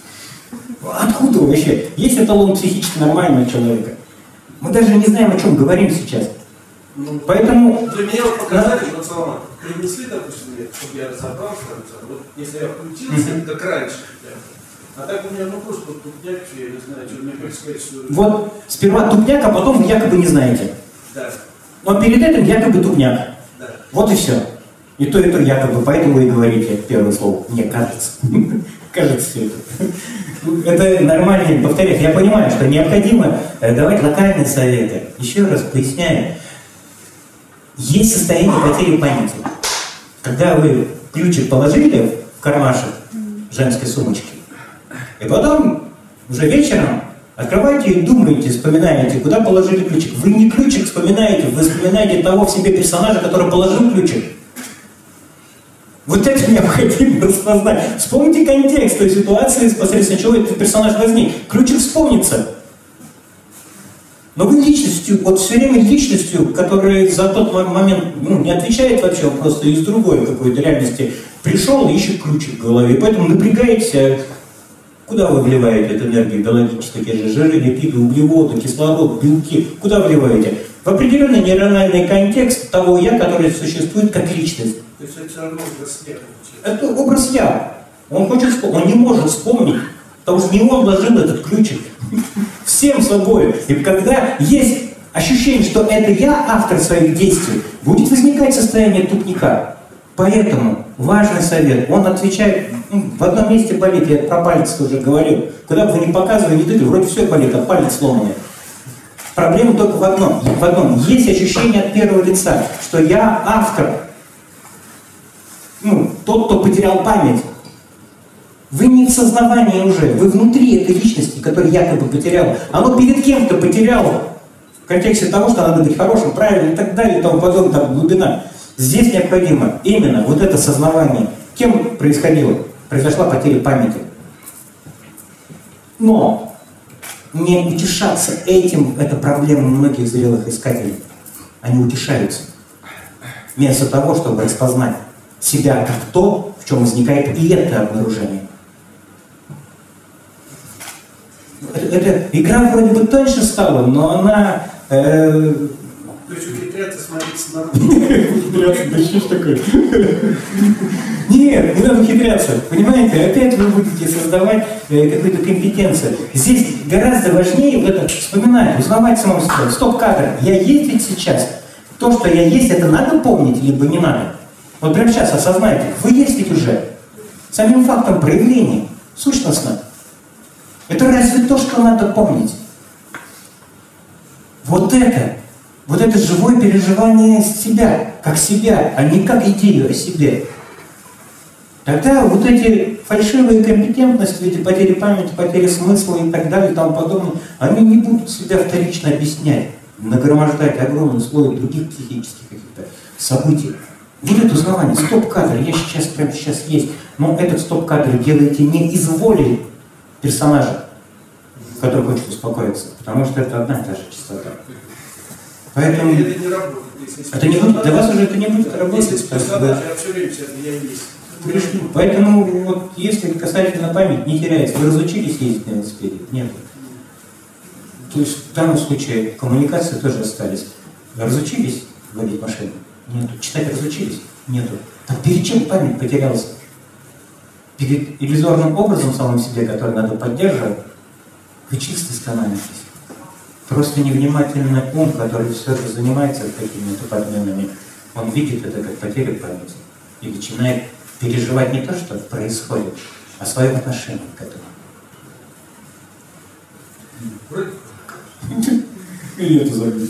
Откуда вообще? Есть эталон психически нормального человека. Мы даже не знаем, о чем говорим сейчас. Ну, поэтому... Для меня вот показали, вот слова принесли, допустим, мне, чтобы я разобрался, вот если я включился, mm-hmm. как раньше. А так у меня, ну просто тупняк, я не знаю, что мне происходит. Что... Вот сперва тупняк, а потом вы якобы не знаете. Да. Но перед этим якобы тупняк. Да. Вот и все. И то, и то якобы, поэтому вы и говорите первое слово. Мне кажется. Кажется все это. Это нормально повторять. Я понимаю, что необходимо давать локальные советы. Еще раз поясняю. Есть состояние потери памяти. Когда вы ключик положили в кармашек женской сумочки, и потом уже вечером открываете и думаете, вспоминаете, куда положили ключик. Вы не ключик вспоминаете, вы вспоминаете того в себе персонажа, который положил ключик. Вот это необходимо распознать. Вспомните контекст той ситуации, посредством чего этот персонаж возник. Ключик вспомнится. Но вы личностью, вот все время личностью, которая за тот момент ну, не отвечает вообще, он просто из другой какой-то реальности пришел и ищет ключик в голове. Поэтому напрягаетесь, куда вы вливаете эту энергию биологические, те же жиры, липиды, углеводы, кислород, белки? Куда вливаете? В определенный нейрональный контекст того я, который существует как личность. То есть это все равно образ я. Это образ я. Он хочет вспомнить, он не может вспомнить, потому что не он вложил этот ключик. Всем собой. И когда есть ощущение, что это я автор своих действий, будет возникать состояние тупника. Поэтому важный совет, он отвечает, ну, в одном месте болит, я про палец уже говорил. Куда бы вы ни показывали, не тыкали, вроде все болит, а палец сломанный. Проблема только в одном. В одном. Есть ощущение от первого лица, что я автор. Ну, тот, кто потерял память. Вы не в сознании уже, вы внутри этой личности, которую якобы потерял. Оно перед кем-то потеряло. В контексте того, что надо быть хорошим, правильным и так далее, и тому подобное, там глубина. Здесь необходимо именно вот это сознавание. Кем происходило? Произошла потеря памяти. Но не утешаться этим, это проблема многих зрелых искателей. Они утешаются. Вместо того, чтобы распознать себя как то, в чем возникает и это обнаружение. Это, это игра вроде бы тоньше стала, но она... Э... То есть ухитряться смотреть снаружи. Ухитряться, да что ж такое? Нет, не надо ухитряться. Понимаете, опять вы будете создавать э, какую-то компетенцию. Здесь гораздо важнее вот это вспоминать, узнавать самому себя. Стоп-кадр. Я есть ведь сейчас. То, что я есть, это надо помнить, либо не надо. Вот прямо сейчас осознайте, вы есть ведь уже. Самим фактом проявления, сущностно. Это разве то, что надо помнить? Вот это, вот это живое переживание себя, как себя, а не как идею о себе. Тогда вот эти фальшивые компетентности, эти потери памяти, потери смысла и так далее и тому подобное, они не будут себя вторично объяснять, нагромождать огромный слой других психических каких-то событий. Вот это узнавание, стоп-кадр, я сейчас, прямо сейчас есть, но этот стоп-кадр делаете не из воли персонажа, который хочет успокоиться, потому что это одна и та же частота. Поэтому... Это не работает. Это не будет, для вас уже это не будет работать. Если персонаж, я все время сейчас я есть. Поэтому вот если касательно памяти не теряется, вы разучились ездить на велосипеде? Нет. То есть в данном случае коммуникации тоже остались. Вы разучились водить машину? Нет. Читать разучились? Нету. Так перед чем память потерялась? Перед иллюзорным образом самым себе, который надо поддерживать, вы чисто становитесь. Просто невнимательный ум, который все это занимается какими-то подменами, он видит это как потерю памяти и начинает переживать не то, что происходит, а свое отношение к этому. И это забыть.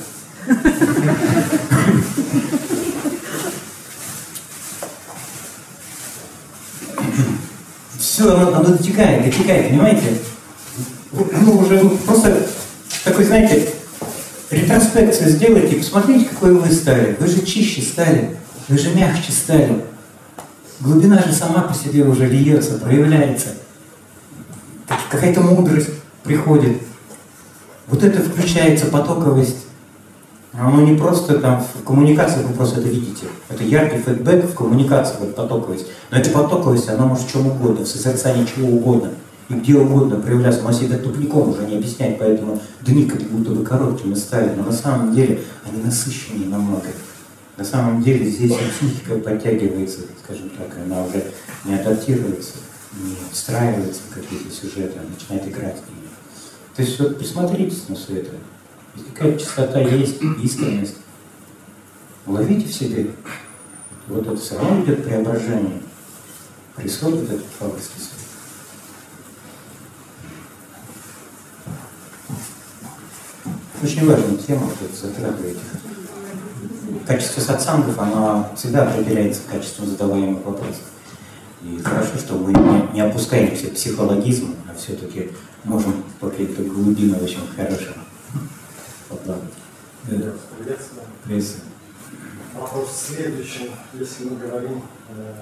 Все, оно, оно дотекает, дотекает, понимаете? Ну, уже просто такой, знаете, ретроспекцию сделайте, посмотрите, какой вы стали. Вы же чище стали, вы же мягче стали. Глубина же сама по себе уже льется, проявляется. Какая-то мудрость приходит. Вот это включается потоковость. Оно не просто там в коммуникациях, вы просто это видите. Это яркий фидбэк в коммуникациях, вот потоковость. Но эта потоковость, она может в чем угодно, в созерцании чего угодно. И где угодно проявляться. Мы себя тупником уже не объяснять, поэтому дни как будто бы короткими стали. Но на самом деле они насыщеннее намного. На самом деле здесь и психика подтягивается, скажем так, она уже не адаптируется, не встраивается в какие-то сюжеты, она начинает играть в нее. То есть вот присмотритесь на все это. Если какая-то чистота есть, искренность, ловите в себе. Вот это все равно идет преображение. Происходит этот фабрический свет. Очень важная тема, вот это затрагиваете. Качество сатсангов, оно всегда определяется качеством задаваемых вопросов. И хорошо, что мы не, не опускаемся в психологизм, а все-таки можем по какой-то глубине очень хорошего поплавать. Да. Приветствую. Вопрос следующий. Если мы говорим э,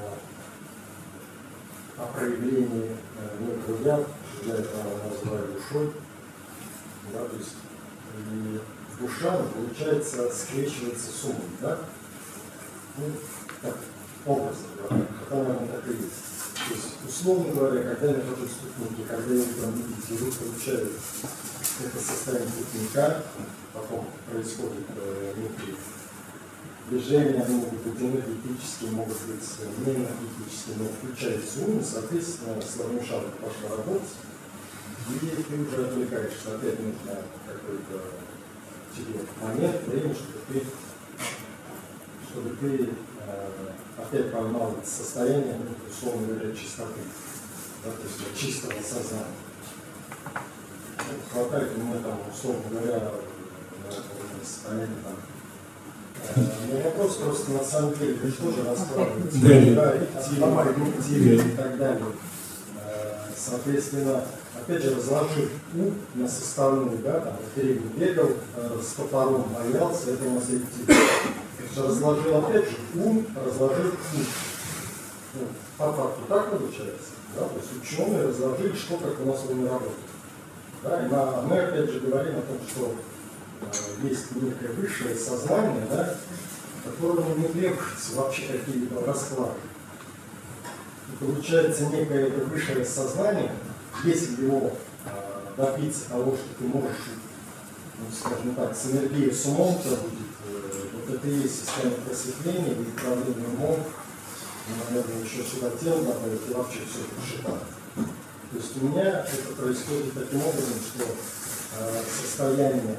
о проявлении э, некого я, я это называю душой, да, то есть и душа, получается, скрещивается с умом, да? Ну, так, образно говоря, это, наверное, так и есть. То есть, условно говоря, когда я нахожусь в ступнике, когда я там медитирую, получаю это состояние ступника, потом происходит э, внутри движения, они могут быть энергетические, могут быть неэнергетические, но включается ум, и, соответственно, слоновой шарик пошла работать, и ты уже отвлекаешься, опять нужно какой-то тебе момент, время, чтобы ты, чтобы ты э, опять поймал это состояние, ну, условно говоря, чистоты, да, то есть чистого сознания. Ну, хватает у меня там, условно говоря, на состояние там. Э, но вопрос просто на самом деле, вы тоже раскладываете, да, эффективно, и так далее. Э, соответственно, опять же, разложив ум на составные, да, там, впереди бегал, э, с топором боялся, это у нас эффективно. Разложил опять же ум, разложил ум. Ну, по факту так получается, да, то есть ученые разложили, что как у нас в уме работает. Да, и на, мы опять же говорим о том, что э, есть некое высшее сознание, да, которому не требуется вообще какие-то расклады. И получается некое это высшее сознание, если его э, добиться того, что ты можешь, ну, скажем так, с энергией, с умом, то будет, э, вот это и есть состояние просветления, и управление умом, и, наверное, еще сюда тело добавить, и вообще все это шикарно. То есть у меня это происходит таким образом, что э, состояние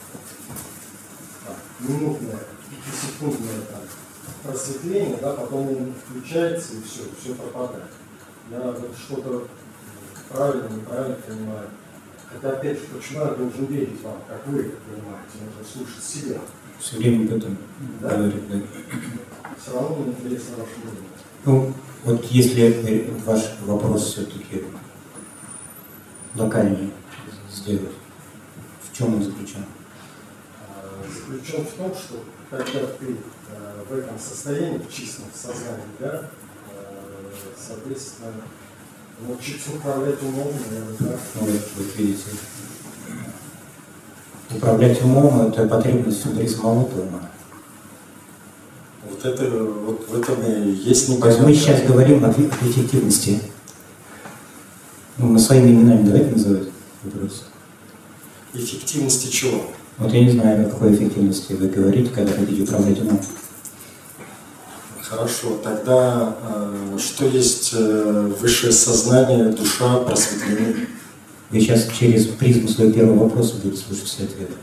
а, минутное, пятисекундное там, просветление, да, потом он включается и все, все пропадает. Я вот что-то правильно, неправильно понимаю. Хотя опять же, почему я должен верить вам, как вы это понимаете, нужно слушать себя. Все время об этом да? говорит, да. Все равно мне интересно ваше мнение. Ну, вот если ваш вопрос все-таки локальнее сделать, в чем он заключен? Заключен в том, что когда ты э, в этом состоянии, в чистом сознании, да, э, соответственно, научиться управлять умом, наверное, да? Ну, вот, вот видите, управлять умом – это потребность внутри самого ума. Вот это, вот в этом и есть непонятно. То есть мы сейчас говорим о эффективности. Ну, мы своими именами давайте называть вопрос. Эффективности чего? Вот я не знаю, о какой эффективности вы говорите, когда хотите управлять умом. Хорошо, тогда э, что есть э, высшее сознание, душа, просветление? Вы сейчас через призму своего первого вопроса будете слушать все ответы.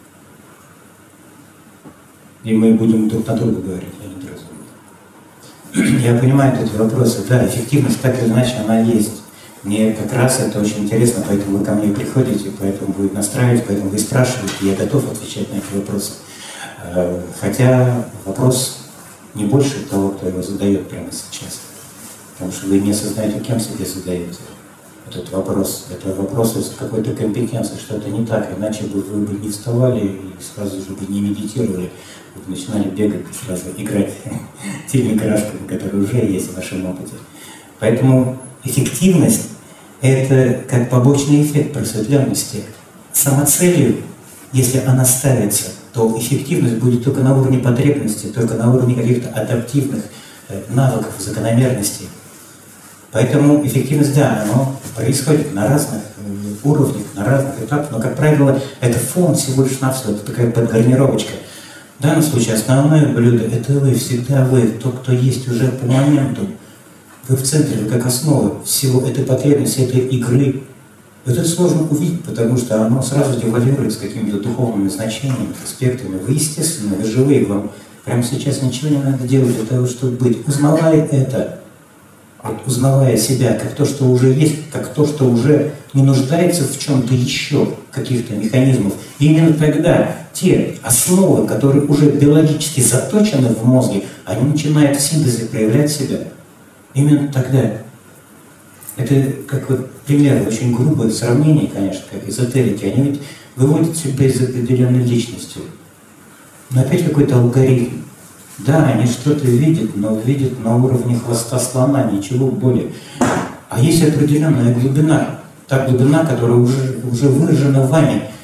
И мы будем друг на друга говорить, а не друг с другом. Я понимаю эти вопросы. Да, эффективность так или иначе она есть. Мне как раз это очень интересно, поэтому вы ко мне приходите, поэтому вы настраиваете, поэтому вы спрашиваете, и я готов отвечать на эти вопросы. Хотя вопрос не больше того, кто его задает прямо сейчас. Потому что вы не осознаете, кем себе задаете этот вопрос. Это вопрос из какой-то компетенции, что-то не так, иначе бы вы бы не вставали и сразу же бы не медитировали, вы бы начинали бегать и сразу играть теми игрушками, которые уже есть в вашем опыте. Поэтому эффективность – это как побочный эффект просветленности. Самоцелью, если она ставится, то эффективность будет только на уровне потребностей, только на уровне каких-то адаптивных навыков, закономерностей. Поэтому эффективность, да, она происходит на разных уровнях, на разных этапах, но, как правило, это фон всего лишь навсего, это такая подгарнировочка. В данном случае основное блюдо – это вы, всегда вы, тот, кто есть уже по моменту. Вы в центре, вы как основа всего этой потребности, этой игры. Это сложно увидеть, потому что оно сразу девальвирует с какими-то духовными значениями, аспектами. Вы, естественно, вы живые, вам прямо сейчас ничего не надо делать для того, чтобы быть. Узнавая это, вот, узнавая себя как то, что уже есть, как то, что уже не нуждается в чем-то еще, каких-то механизмов, и именно тогда те основы, которые уже биологически заточены в мозге, они начинают в синтезе проявлять себя. Именно тогда. Это как вот пример, очень грубое сравнение, конечно, как эзотерики. Они ведь выводят себя из определенной личности. Но опять какой-то алгоритм. Да, они что-то видят, но видят на уровне хвоста слона, ничего более. А есть определенная глубина. Та глубина, которая уже, уже выражена вами.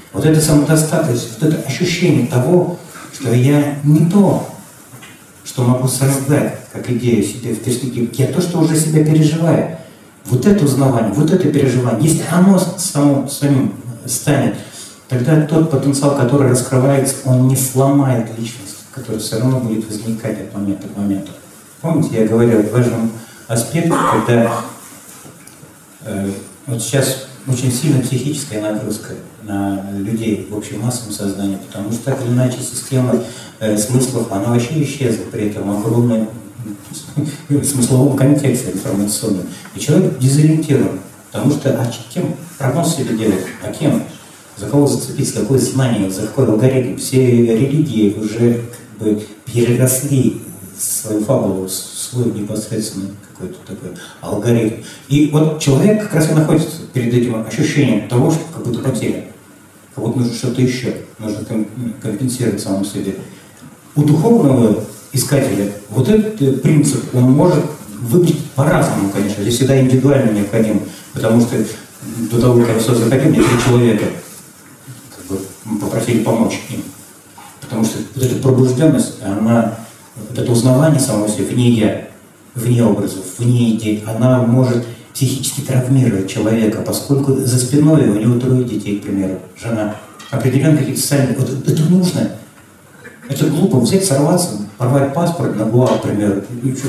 Вот эта самодостаточность, вот это ощущение того, что я не то, что могу создать, как идею себе в перспективе, я то, что уже себя переживаю. Вот это узнавание, вот это переживание, если оно само, самим станет, тогда тот потенциал, который раскрывается, он не сломает личность, которая все равно будет возникать от момента к моменту. Помните, я говорил о важном аспекте, когда э, вот сейчас очень сильная психическая нагрузка на людей в общем массовом сознании, потому что так или иначе система э, смыслов, она вообще исчезла, при этом огромная в смысловом контексте информационном. И человек дезориентирован, потому что а кем прогноз себе делать, а кем? За кого зацепиться, какое знание, за какой алгоритм? Все религии уже как бы переросли свою фабулу, свой непосредственный какой-то такой алгоритм. И вот человек как раз и находится перед этим ощущением того, что как будто потеря. Как будто нужно что-то еще, нужно компенсировать самому себе. У духовного искателя вот этот принцип, он может выглядеть по-разному, конечно. Здесь всегда индивидуально необходим, потому что до того, как все заходил, мне три человека как бы попросили помочь им. Потому что вот эта пробужденность, она, вот это узнавание самого себя вне я, вне образов, вне идей, она может психически травмировать человека, поскольку за спиной у него трое детей, к примеру, жена. Определенно какие-то социальные... Вот это нужно. Это глупо взять, сорваться, порвать паспорт на ГУА, к примеру.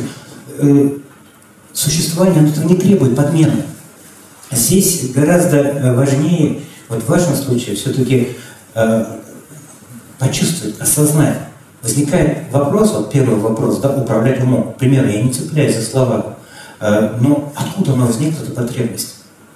Существование этого не требует подмены. Здесь гораздо важнее, вот в вашем случае, все-таки э, почувствовать, осознать. Возникает вопрос, вот первый вопрос, да, управлять умом. К примеру, я не цепляюсь за слова, э, но откуда она возникла, эта потребность?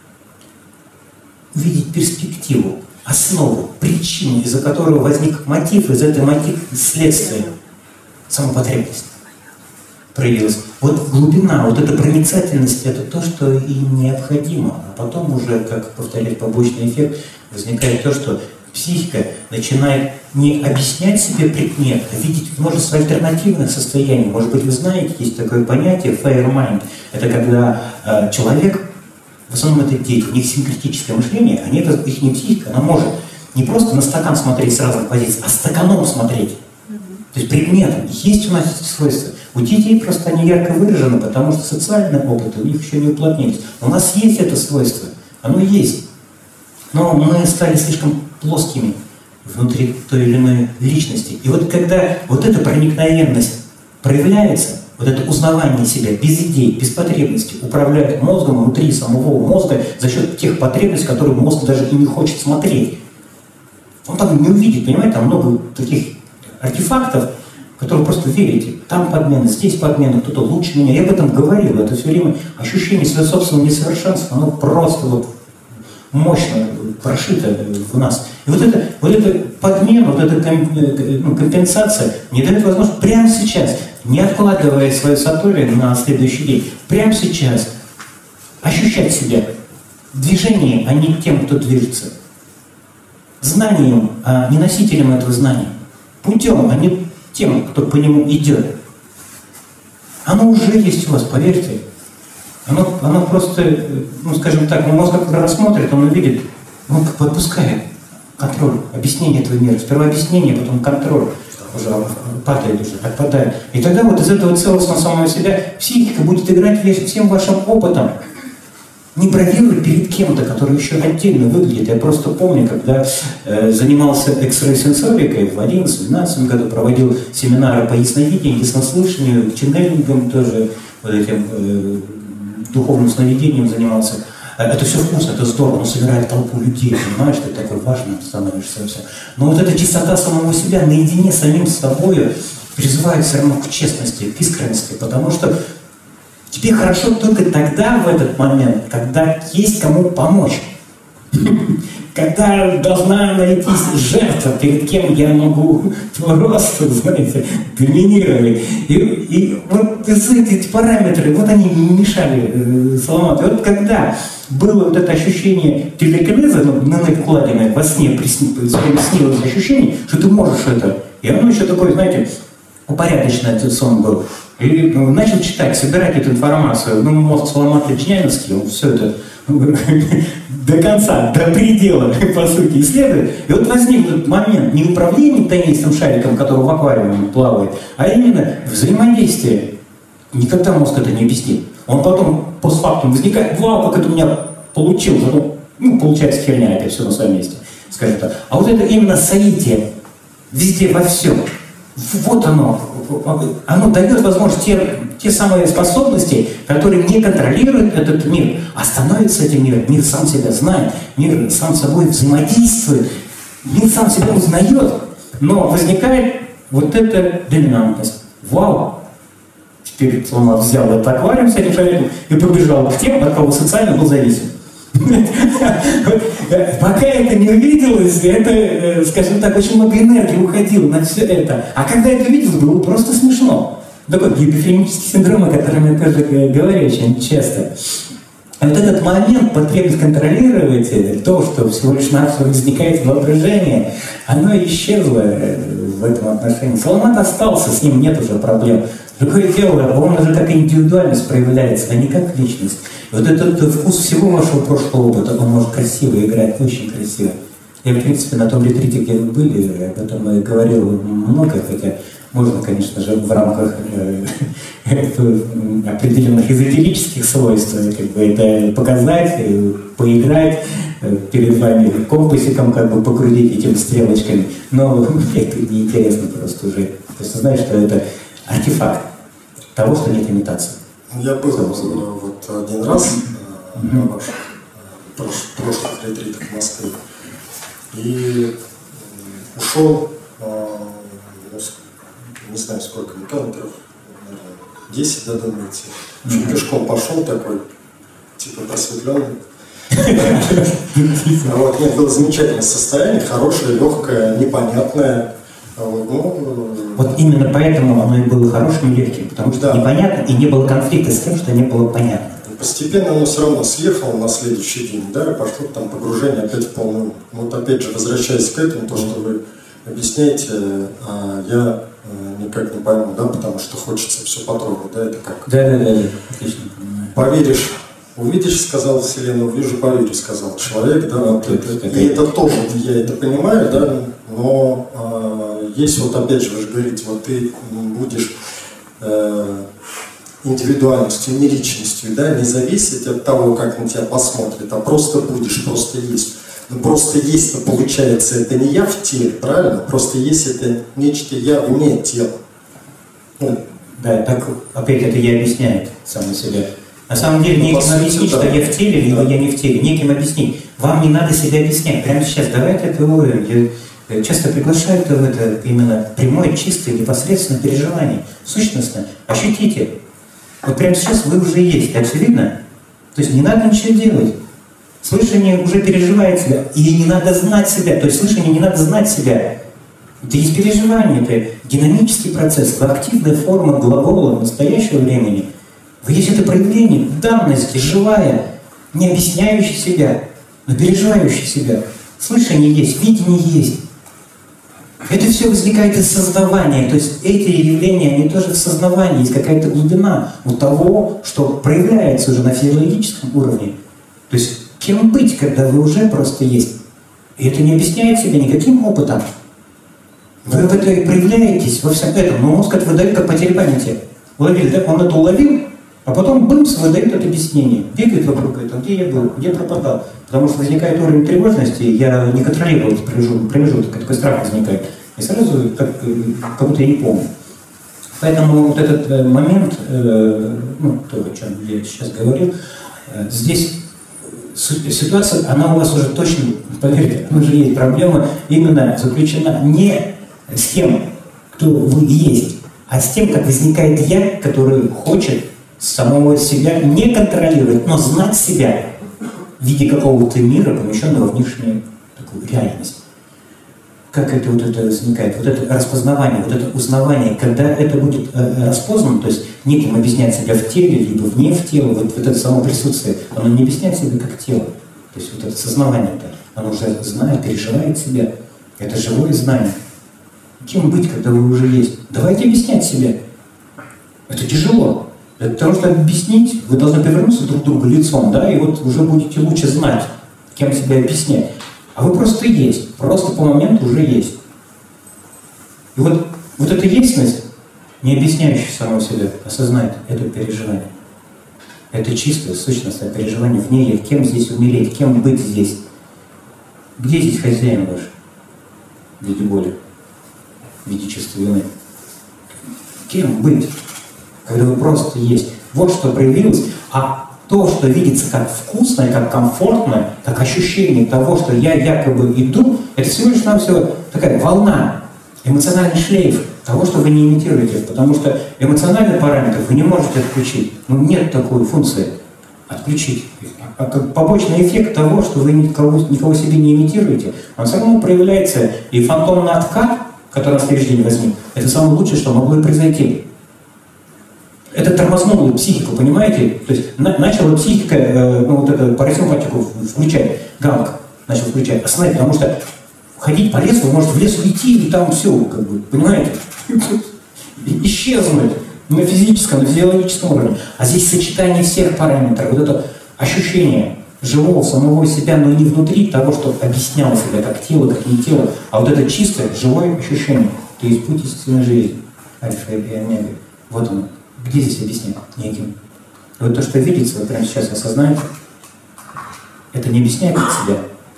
Увидеть перспективу, основу, причину, из-за которого возник мотив, из этого мотив следствие, самопотребность проявилась. Вот глубина, вот эта проницательность, это то, что и необходимо. А потом уже, как повторять побочный эффект, возникает то, что психика начинает не объяснять себе предмет, а видеть множество альтернативных состояний. Может быть, вы знаете, есть такое понятие fire mind. Это когда э, человек, в основном это дети, у них синкретическое мышление, они, это, их не психика, она может не просто на стакан смотреть с разных позиций, а стаканом смотреть. То есть предметом. Есть у нас эти свойства. У детей просто они ярко выражены, потому что социальный опыт у них еще не уплотнились. Но у нас есть это свойство, оно есть. Но мы стали слишком плоскими внутри той или иной личности. И вот когда вот эта проникновенность проявляется, вот это узнавание себя без идей, без потребностей, управляет мозгом внутри самого мозга за счет тех потребностей, которые мозг даже и не хочет смотреть. Он там не увидит, понимаете, там много таких артефактов, которые просто верите. Там подмена, здесь подмена, кто-то лучше меня. Я об этом говорил. Это все время ощущение своего собственного несовершенства, оно просто вот мощно прошито в нас. И вот эта вот это подмена, вот эта компенсация не дает возможность прямо сейчас, не откладывая свое сатори на следующий день, прямо сейчас ощущать себя движением, а не тем, кто движется. Знанием, а не носителем этого знания. Путем, а не тем, кто по нему идет. Оно уже есть у вас, поверьте. Оно, оно просто, ну скажем так, мозг когда рассмотрит, он увидит, он как бы отпускает контроль, объяснение этого мира. Сперва объяснение, потом контроль. Уже падает, уже отпадает. И тогда вот из этого целостного самого себя психика будет играть весь, всем вашим опытом. Не бравировать перед кем-то, который еще отдельно выглядит. Я просто помню, когда э, занимался экстрасенсорикой в одиннадцатом-двенадцатом году, проводил семинары по ясновидению, яснослышанию, ченнелингом тоже, вот этим э, духовным сновидением занимался. Это все вкусно, это здорово, но собирает толпу людей, понимаешь, ты такой важным становишься. Все. Но вот эта чистота самого себя наедине с самим собой призывает все равно к честности, к искренности, потому что тебе хорошо только тогда, в этот момент, когда есть кому помочь. Когда должна найтись жертва, перед кем я могу просто, знаете, доминировать. И, и вот эти параметры, вот они мешали э, Соломату. Вот когда было вот это ощущение телекинеза, ну, на вкладенное во сне, приснилось ощущение, что ты можешь это. И оно еще такое, знаете, упорядоченный этот сон был. И ну, начал читать, собирать эту информацию. Ну, мозг Соломата Джняновский, он все это до конца, до предела, по сути, исследует. И вот возник этот момент не управления теннисным шариком, который в аквариуме плавает, а именно взаимодействие. Никогда мозг это не объяснит. Он потом постфактум возникает, вау, как это у меня получилось. Потом, ну, получается херня, опять все на своем месте, скажем так. А вот это именно соитие везде, во всем. Вот оно. Оно дает возможность те, те самые способности, которые не контролируют этот мир, а становится этим миром. Мир сам себя знает, мир сам с собой взаимодействует, мир сам себя узнает. Но возникает вот эта доминантность. Вау! Теперь он взял этот аквариум с этим шариком и побежал к тем, от кого социально был зависим. Пока это не увиделось, это, скажем так, очень много энергии уходило на все это. А когда это увиделось, было просто смешно. Такой гипофремический синдром, о котором я тоже говорю очень часто. И вот этот момент, потребность контролировать то, что всего лишь навсего возникает воображение, оно исчезло в этом отношении. Соломат остался, с ним нет уже проблем. Другое дело, он уже как индивидуальность проявляется, а не как личность. И вот этот, этот вкус всего вашего прошлого опыта, он может красиво играть, очень красиво. Я, в принципе, на том ретрите, где вы были, об этом и говорил много, хотя можно, конечно же, в рамках э, определенных эзотерических свойств как бы, это показать, поиграть, перед вами компасиком как бы покрутить этими стрелочками. Но это неинтересно просто уже. То есть знаешь, что это артефакт того, что нет имитации. Я был вот один раз на ваших прошлых ретритах в Москве и ушел, не знаю сколько километров, десять до дома идти. Mm-hmm. Пешком пошел такой, типа просветленный. Вот, нет, было замечательное состояние, хорошее, легкое, непонятное. Вот, ну, вот именно поэтому оно и было хорошим и легким, потому что да. непонятно, и не было конфликта с тем, что не было понятно. Постепенно оно все равно съехало на следующий день, да, и пошло там погружение опять в полную. Вот опять же, возвращаясь к этому, то, что вы объясняете, а я никак не пойму, да, потому что хочется все потрогать, да, это как? Да, да, да, да. Отлично понимаю. Поверишь, увидишь, сказал Вселенная, увижу, поверю, сказал человек, да, вот это, это, и это тоже, я это понимаю, да, но э, есть вот опять же, вы же говорите, вот ты будешь э, индивидуальностью, не личностью, да, не зависеть от того, как на тебя посмотрят, а просто будешь, просто есть. Ну просто есть, но получается, это не я в теле, правильно? Просто есть это нечто я вне тела. Ну, да, так опять это я объясняю самому себе. На самом деле, неким ну, объяснить, да. что я в теле, либо да. я не в теле, неким объяснить. Вам не надо себя объяснять. Прямо сейчас давайте это уровень. Я часто приглашаю в это именно прямое, чистое, непосредственное переживание. Сущностно. Ощутите. Вот прямо сейчас вы уже есть. Очевидно? То есть не надо ничего делать. Слышание уже переживает себя. И не надо знать себя. То есть слышание не надо знать себя. Это есть переживание. Это динамический процесс. Это активная форма глагола настоящего времени. Вы есть это проявление данности, живая, не объясняющая себя, но переживающая себя. Слышание есть, видение есть. Это все возникает из сознавания. То есть эти явления, они тоже в сознавании. Есть какая-то глубина у того, что проявляется уже на физиологическом уровне. То есть кем быть, когда вы уже просто есть? И это не объясняет себя никаким опытом. Вы в это и проявляетесь во всем этом. Но мозг это выдает как потеря памяти. Уловили, да? Он это уловил, а потом бымс выдает это объяснение. Бегает вокруг этого, где я был, где пропадал. Потому что возникает уровень тревожности, я не контролирую этот промежуток, промежуток, такой страх возникает. И сразу как, как будто я не помню. Поэтому вот этот э, момент, э, ну, то, о чем я сейчас говорил, э, здесь ситуация, она у вас уже точно, поверьте, уже есть проблема, именно заключена не с тем, кто вы есть, а с тем, как возникает я, который хочет самого себя не контролировать, но знать себя в виде какого-то мира, помещенного в внешнюю такую реальность. Как это вот это возникает? Вот это распознавание, вот это узнавание, когда это будет э, распознано, то есть неким объяснять себя в теле, либо вне в тело, вот, вот это само присутствие, оно не объясняет себя как тело. То есть вот это сознавание-то, оно уже знает, переживает себя. Это живое знание. Кем быть, когда вы уже есть? Давайте объяснять себя. Это тяжело. Для того, чтобы объяснить, вы должны повернуться друг к другу лицом, да, и вот уже будете лучше знать, кем себя объяснять. А вы просто есть, просто по моменту уже есть. И вот, вот эта ясность, не объясняющая самого себя, осознать это переживание. Это чистая сущность, это переживание в ней, кем здесь умереть, кем быть здесь. Где здесь хозяин ваш? В виде боли, в виде чувства вины. Кем быть, когда вы просто есть? Вот что проявилось. А то, что видится как вкусное, как комфортное, как ощущение того, что я якобы иду, это всего лишь навсего такая волна, эмоциональный шлейф того, что вы не имитируете. Потому что эмоциональный параметр вы не можете отключить. Ну, нет такой функции отключить. А как побочный эффект того, что вы никого, никого себе не имитируете, он все равно проявляется. И фантомный откат, который на следующий день возник, это самое лучшее, что могло произойти. Это тормознуло психику, понимаете? То есть на, начала психика, э, ну вот это парасимпатику включать, гамк начал включать, остановить, потому что ходить по лесу, вы можете в лес уйти, и там все, как бы, понимаете? Исчезнуть на физическом, на физиологическом уровне. А здесь сочетание всех параметров, вот это ощущение живого самого себя, но не внутри того, что объясняло себя как тело, как не тело, а вот это чистое, живое ощущение. То есть путь истинной жизни. Альфа и омега. Вот оно. Где здесь объяснять? Неким. И вот то, что видится, вы прямо сейчас осознаете, это не объясняет себя.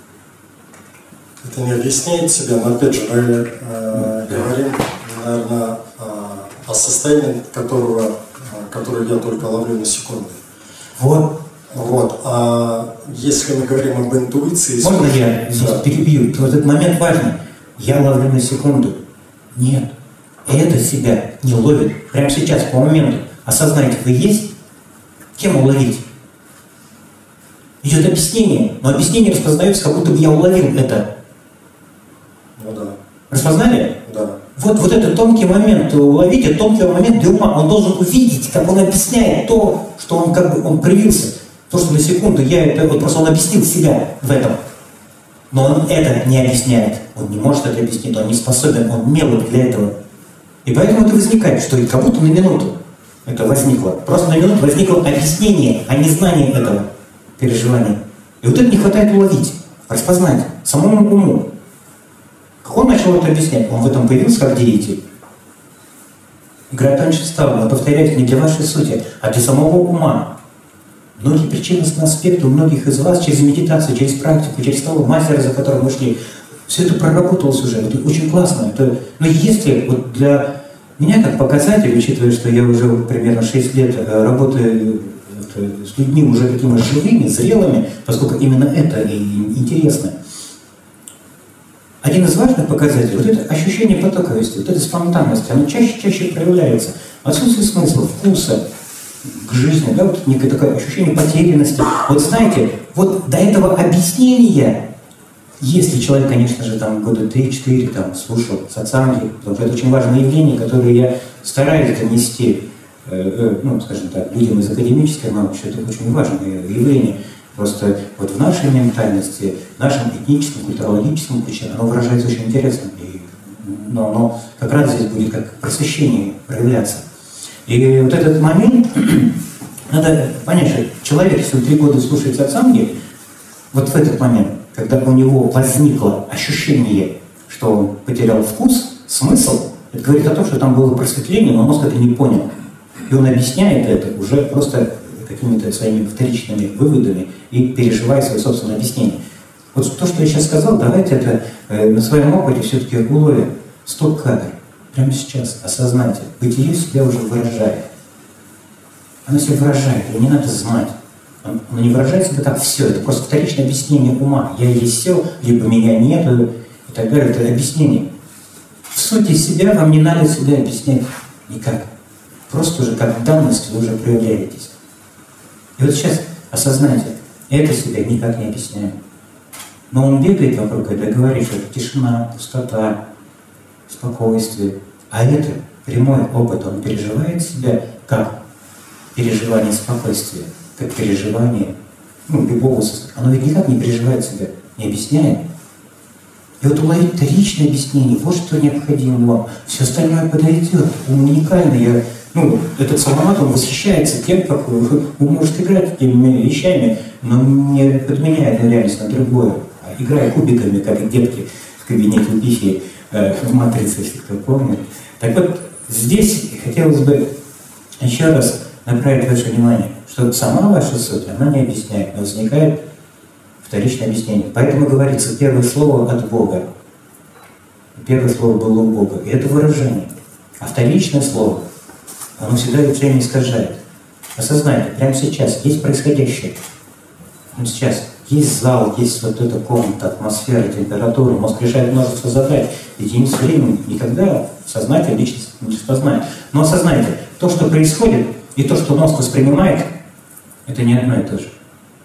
Это не объясняет себя, но опять же мы э, говорим, наверное, э, о состоянии, которого, э, которое я только ловлю на секунды. Вот. Вот. А если мы говорим об интуиции... Можно я здесь да. перебью? Вот этот момент важный. Я ловлю на секунду. Нет. Это себя не ловит. Прямо сейчас, по моменту. Осознайте, вы есть? Кем уловить? Идет объяснение. Но объяснение распознается, как будто бы я уловил это. Ну да. Распознали? Да. Вот, вот этот тонкий момент уловите, тонкий момент для ума. Он должен увидеть, как он объясняет то, что он как бы он проявился. То, что на секунду я это, вот просто он объяснил себя в этом. Но он это не объясняет. Он не может это объяснить, он не способен, он мелок для этого. И поэтому это возникает, что как будто на минуту это возникло. Просто на минуту возникло объяснение, а не знание этого переживания. И вот это не хватает уловить, распознать самому уму. Как он начал это объяснять? Он в этом появился как деятель. Игра танчества, но, повторяюсь, не для вашей сути, а для самого ума. Многие причинностные аспекты у многих из вас через медитацию, через практику, через того мастера, за которым мы шли, все это проработалось уже. Это очень классно. Это, но если вот для меня как показатель, учитывая, что я уже примерно шесть лет работаю с людьми уже такими живыми, зрелыми, поскольку именно это и интересно. Один из важных показателей, вот это ощущение потоковости, вот эта спонтанность, оно чаще-чаще проявляется. Отсутствие смысла, вкуса к жизни, да, вот некое такое ощущение потерянности. Вот знаете, вот до этого объяснения, если человек, конечно же, там года три-четыре там слушал сатсанги, потому что это очень важное явление, которое я стараюсь донести, э, э, ну, скажем так, людям из академической науки, что это очень важное явление. Просто вот в нашей ментальности, в нашем этническом, культурологическом ключе оно выражается очень интересно. И, но оно как раз здесь будет как просвещение проявляться. И вот этот момент, надо понять, что человек, если он три года слушает сатсанги, вот в этот момент, когда у него возникло ощущение, что он потерял вкус, смысл, это говорит о том, что там было просветление, но мозг это не понял. И он объясняет это уже просто какими-то своими вторичными выводами и переживая свое собственное объяснение. Вот то, что я сейчас сказал, давайте это э, на своем опыте все-таки уловим. Стоп-кадр. Прямо сейчас осознайте. Бытие себя уже выражает. Оно себя выражает, его не надо знать. Оно не выражает себя как все. Это просто вторичное объяснение ума. Я есть все, либо меня нету и так далее. Это объяснение. В сути себя вам не надо себя объяснять никак. Просто уже как данность вы уже проявляетесь. И вот сейчас осознайте, это себя никак не объясняем. Но он бегает вокруг этого и говорит, что это тишина, пустота, спокойствие. А это прямой опыт, он переживает себя как переживание спокойствия, как переживание ну, любого состояния. Оно ведь никак не переживает себя, не объясняет. И вот уловить вторичное объяснение, вот что необходимо вам. Все остальное подойдет. Ум уникальный. Я Ну, этот Саламат, он восхищается тем, как он может играть этими вещами, но не подменяет на реальность на другое, а играя кубиками, как и детки в кабинете у Пифи э, в «Матрице», если кто помнит. Так вот, здесь хотелось бы еще раз направить ваше внимание, что сама ваша суть, она не объясняет, но возникает вторичное объяснение. Поэтому говорится первое слово от Бога. Первое слово было у Бога, и это выражение. А вторичное слово, оно всегда время искажает. Осознайте, прямо сейчас есть происходящее. Прямо сейчас есть зал, есть вот эта комната, атмосфера, температура, мозг решает множество задач. Единиц времени никогда сознательно личность не распознает. Но осознайте, то, что происходит, и то, что мозг воспринимает, это не одно и то же.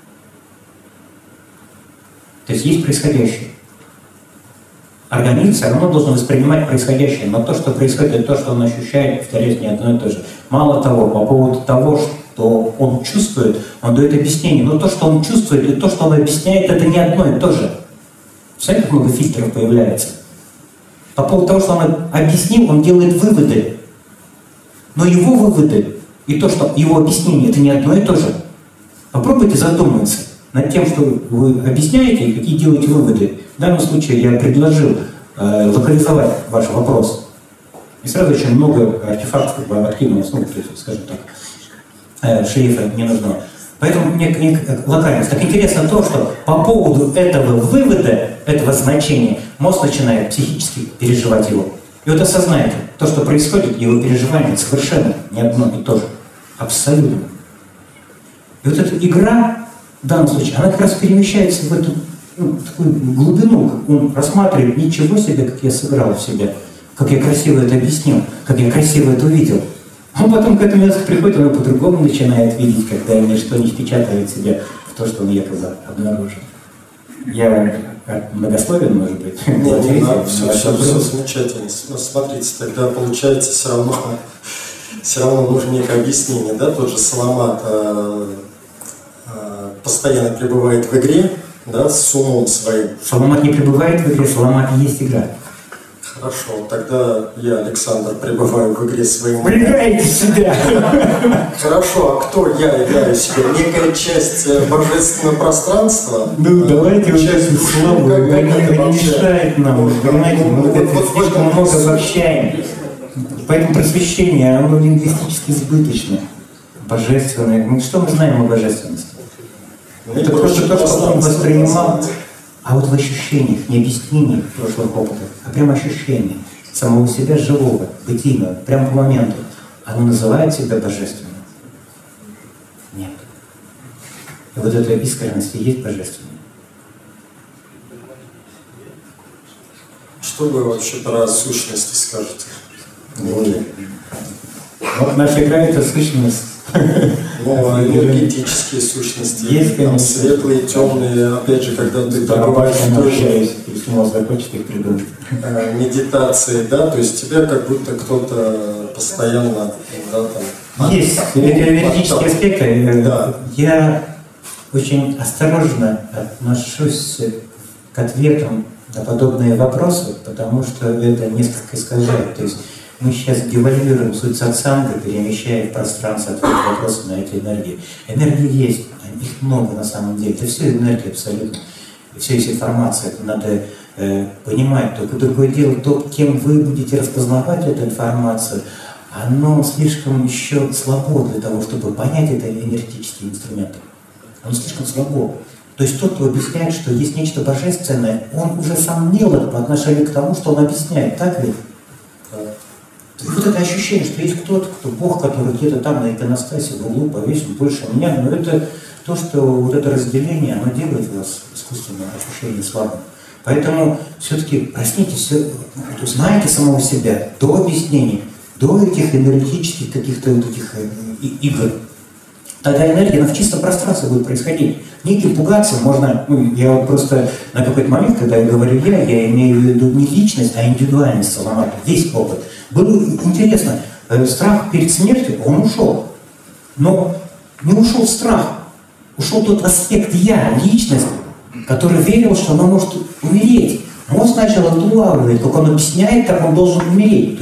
То есть есть происходящее. Организм все равно должен воспринимать происходящее, но то, что происходит, это то, что он ощущает, повторяюсь, не одно и то же. Мало того, по поводу того, что он чувствует, он дает объяснение, но то, что он чувствует, и то, что он объясняет, это не одно и то же. Представляете, как много фильтров появляется? По поводу того, что он объяснил, он делает выводы. Но его выводы и то, что его объяснение, это не одно и то же. Попробуйте задуматься над тем, что вы объясняете и какие делаете выводы. В данном случае я предложил э, локализовать ваш вопрос. И сразу очень много артефактов как бы откинулось, ну, то есть, скажем так, э, шлейфа не нужно. Поэтому мне, мне локальность. Так интересно то, что по поводу этого вывода, этого значения, мозг начинает психически переживать его. И вот осознайте, то, что происходит, его переживание совершенно не одно и то же. Абсолютно. И вот эта игра, в данном случае, она как раз перемещается в эту, ну, такую глубину, он рассматривает, ничего себе, как я сыграл в себя, как я красиво это объяснил, как я красиво это увидел. Он потом к этому месту приходит, он по-другому начинает видеть, когда ничто не впечатывает себя в то, что он якобы обнаружил. Я многословен, может быть? Нет, не надо, все, все, все замечательно. Но смотрите, тогда получается все равно, все равно нужно некое объяснение, да, тот же Саламат э, э, постоянно пребывает в игре, да, с умом своим. Саламат не пребывает в игре, Саламат и есть игра. Хорошо, тогда я, Александр, пребываю в игре своим. Вы играете себя! Хорошо, а кто я являю себя? Некая часть божественного пространства? Ну, давайте вот эту слово, это не мешает нам, понимаете, мы слишком много обобщаем. Поэтому просвещение, оно лингвистически избыточно. Божественное. Ну, что мы знаем о божественности? Это просто то, что он воспринимал. А вот в ощущениях, не объяснениях прошлых опытов, а прямо ощущение самого себя живого, бытийного, прямо по моменту, оно называет себя божественным? Нет. И вот эта искренность и есть божественное. Что вы вообще про сущности скажете? Вот наша игра — это сущность. Ну, энергетические сущности, есть, там, светлые, темные, опять же, когда ты пребываешь в тоже, если мозг захочет их придумать. Медитации, да, то есть тебя как будто кто-то постоянно, да, там... Есть энергетические аспекты. Да. Я очень осторожно отношусь к ответам на подобные вопросы, потому что это несколько искажает. То есть мы сейчас девальвируем суть сатсанга, перемещая в пространство ответ вопроса на эти энергии. Энергии есть, их много на самом деле. Это все энергия абсолютно. И все есть информация. Это надо э, понимать. Только другое дело, то, кем вы будете распознавать эту информацию, оно слишком еще слабо для того, чтобы понять это энергетические инструменты. Оно слишком слабо. То есть тот, кто объясняет, что есть нечто божественное, он уже сам мелок по отношению к тому, что он объясняет. Так ли? И вот это ощущение, что есть кто-то, кто Бог, который где-то там на иконостасе в углу повесен больше меня, но это то, что вот это разделение, оно делает вас искусственное ощущение слабым. Поэтому все-таки проснитесь, все, узнаете самого себя до объяснений, до этих энергетических каких-то вот этих игр. Тогда энергия, она в чистом пространстве будет происходить. Неким пугаться можно, ну, я вот просто на какой-то момент, когда я говорю я, я имею в виду не личность, а индивидуальность Саламата, весь опыт. Было интересно, страх перед смертью, он ушел. Но не ушел страх, ушел тот аспект я, личность, который верил, что она может умереть. Мозг начал отлавливать, как он объясняет, как он должен умереть. То есть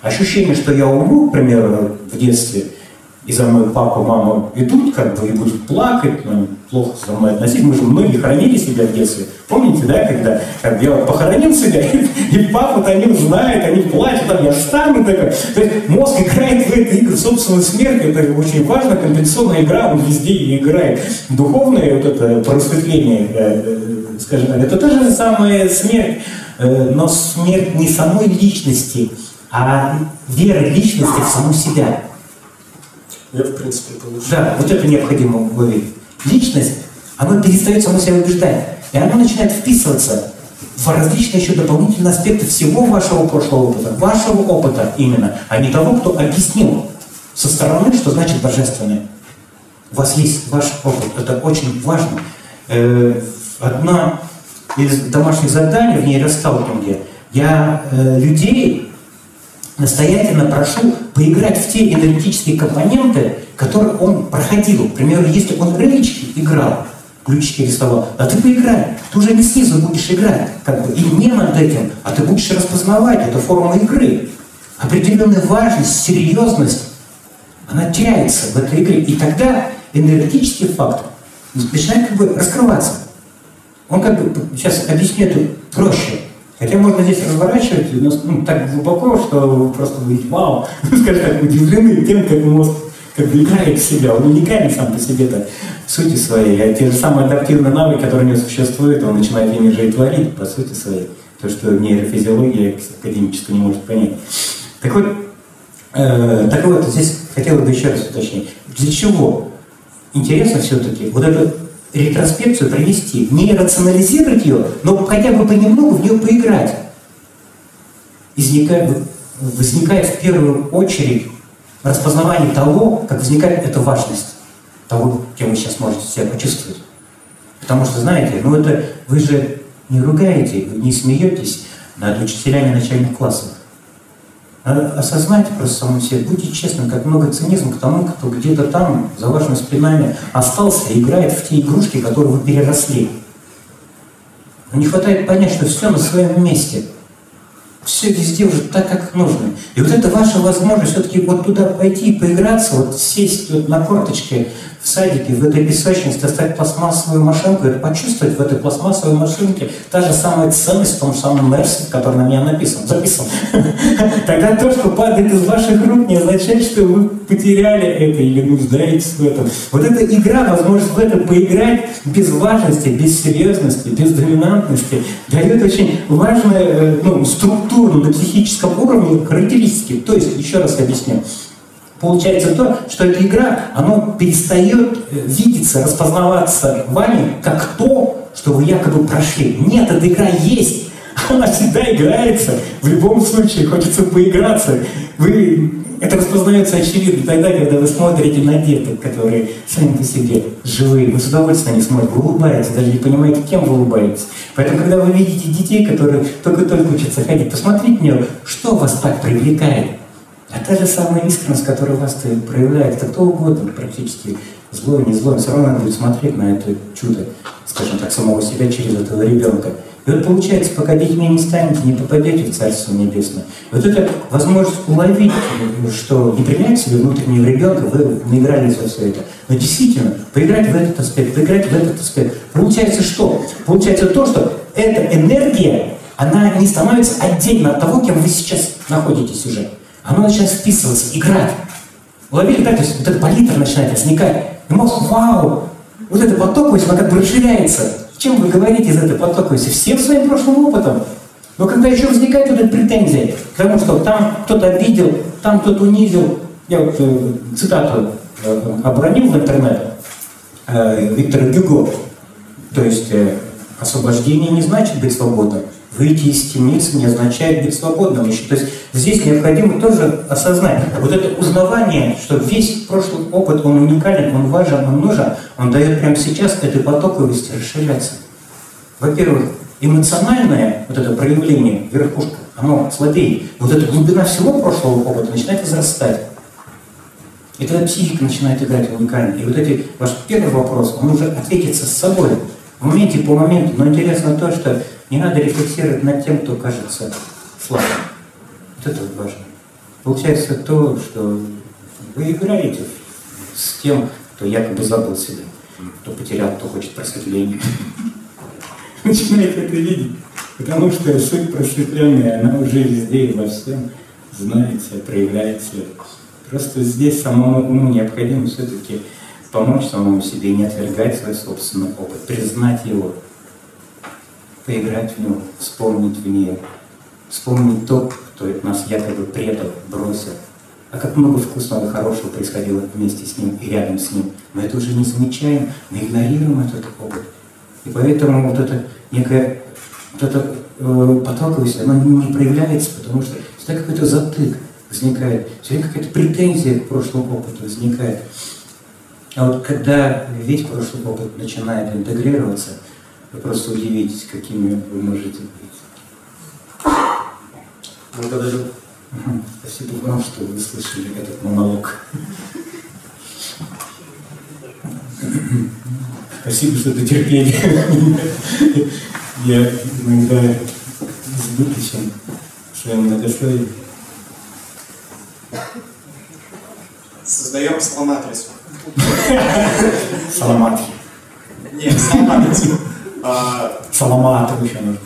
Ощущение, что я умру, к примеру, в детстве, и за мной папа, мама идут, как бы, и будут плакать, ну, плохо за мной относить. Мы же многие хоронили себя в детстве. Помните, да, когда как я похоронил себя, и, и папа они знает, они плачут, там я встану такой. То есть мозг играет в эту игру, собственную смерть, это очень важно, компенсационная игра, он везде играет. Духовное вот это просветление, э, скажем так, это тоже самая смерть, э, но смерть не самой личности, а вера личности в саму себя. Я, в принципе, получил. Да, вот это необходимо вывести. Личность, она перестает саму себя убеждать. И она начинает вписываться в различные еще дополнительные аспекты всего вашего прошлого опыта, вашего опыта именно, а не того, кто объяснил со стороны, что значит божественное. У вас есть ваш опыт, это очень важно. Одна из домашних заданий в нейросталкинге, я людей настоятельно прошу поиграть в те энергетические компоненты, которые он проходил. К примеру, если он рылечки играл, ключики рисовал, а ты поиграй, ты уже не снизу будешь играть, как бы, и не над этим, а ты будешь распознавать, это форма игры. Определенная важность, серьезность, она теряется в этой игре, и тогда энергетический фактор начинает как бы раскрываться. Он как бы, сейчас объясню это проще. Хотя можно здесь разворачивать, но ну, так глубоко, что вы просто будете вау, скажем так, удивлены тем, как мозг как бы играет в себя. Он уникален сам по себе-то в сути своей. А те же самые адаптивные навыки, которые у него существуют, он начинает ими же и творить по сути своей. То, что нейрофизиология академически не может понять. Так вот, э, так вот, здесь хотелось бы еще раз уточнить. Для чего интересно все-таки вот эту ретроспекцию провести, не рационализировать ее, но хотя бы понемногу в нее поиграть. Возникает, возникает в первую очередь распознавание того, как возникает эта важность того, кем вы сейчас можете себя почувствовать. Потому что, знаете, ну это вы же не ругаете, вы не смеетесь над учителями начальных классов. Осознайте просто самому себе, будьте честны, как много цинизма к тому, кто где-то там, за вашими спинами, остался и играет в те игрушки, которые вы переросли. Но не хватает понять, что все на своем месте. Все везде уже так, как нужно. И вот это ваша возможность все-таки вот туда пойти и поиграться, вот сесть вот на корточке в садике, в этой песочнице, достать пластмассовую машинку, это почувствовать в этой пластмассовой машинке та же самая ценность в том самом Мерсе, который на меня написан, записан. Тогда то, что падает из ваших рук, не означает, что вы потеряли это или нуждаетесь в этом. Вот эта игра, возможность в это поиграть без важности, без серьезности, без доминантности, дает очень важную ну, структуру на психическом уровне характеристики. То есть, еще раз объясню. Получается то, что эта игра, она перестает видеться, распознаваться вами как то, что вы якобы прошли. Нет, эта игра есть. Она всегда играется. В любом случае хочется поиграться. Вы... Это распознается очевидно тогда, когда вы смотрите на деток, которые сами по себе живые. Вы с удовольствием на них смотрите, вы улыбаетесь, даже не понимаете, кем вы улыбаетесь. Поэтому, когда вы видите детей, которые только-только учатся ходить, посмотрите на него, что вас так привлекает. А та же самая искренность, которая у вас проявляет, это кто угодно, практически злой, не злой, все равно надо будет смотреть на это чудо, скажем так, самого себя через этого ребенка. И вот получается, пока детьми не станете, не попадете в Царство Небесное. Вот это возможность уловить, что не применять себе внутреннего ребенка, вы наигрались во все это. Но действительно, поиграть в этот аспект, поиграть в этот аспект. Получается что? Получается то, что эта энергия, она не становится отдельно от того, кем вы сейчас находитесь уже. Она начинает вписываться, играть. Уловили, да? То есть вот эта палитра начинает возникать. И мозг, вау! Вот эта потоковость, она как бы расширяется. Чем вы говорите из этой потоковости? Всем своим прошлым опытом. Но когда еще возникает вот эта претензия, потому что там кто-то обидел, там кто-то унизил. Я вот э, цитату э, обронил в интернет э, Виктора Гюго. То есть э, освобождение не значит быть свободным. Выйти из темницы не означает быть свободным еще. То есть здесь необходимо тоже осознать. Вот это узнавание, что весь прошлый опыт, он уникален, он важен, он нужен, он дает прямо сейчас этой потоковости расширяться. Во-первых, эмоциональное вот это проявление, верхушка, оно слабеет. Вот эта глубина всего прошлого опыта начинает возрастать. И тогда психика начинает играть уникально. И вот эти, ваш первый вопрос, он уже ответится с собой. В моменте по моменту. Но интересно то, что не надо рефлексировать над тем, кто кажется слабым. Вот это вот важно. получается то, что вы играете с тем, кто якобы забыл себя, кто потерял, кто хочет просветления. Начинаете это видеть, потому что суть просветленная, она уже везде и во всем знается, проявляется. Просто здесь самому уму необходимо все-таки помочь самому себе, не отвергать свой собственный опыт, признать его, поиграть в него, вспомнить в нее, вспомнить то, кто нас якобы предал, бросил. А как много вкусного и хорошего происходило вместе с ним и рядом с ним. Мы это уже не замечаем, мы игнорируем этот опыт. И поэтому вот это некое, вот это э, подталкивание, оно не проявляется, потому что всегда какой-то затык возникает, всегда какая-то претензия к прошлому опыту возникает. А вот когда весь прошлый опыт начинает интегрироваться, вы просто удивитесь, какими вы можете быть. Благодарю. Угу. Спасибо вам, что вы слышали этот монолог. Спасибо, что ты терпели. Я иногда избыточен в своем многословии. Создаем сломатрицу. Саламат. Нет, сломатрицу. Саламат еще нужно.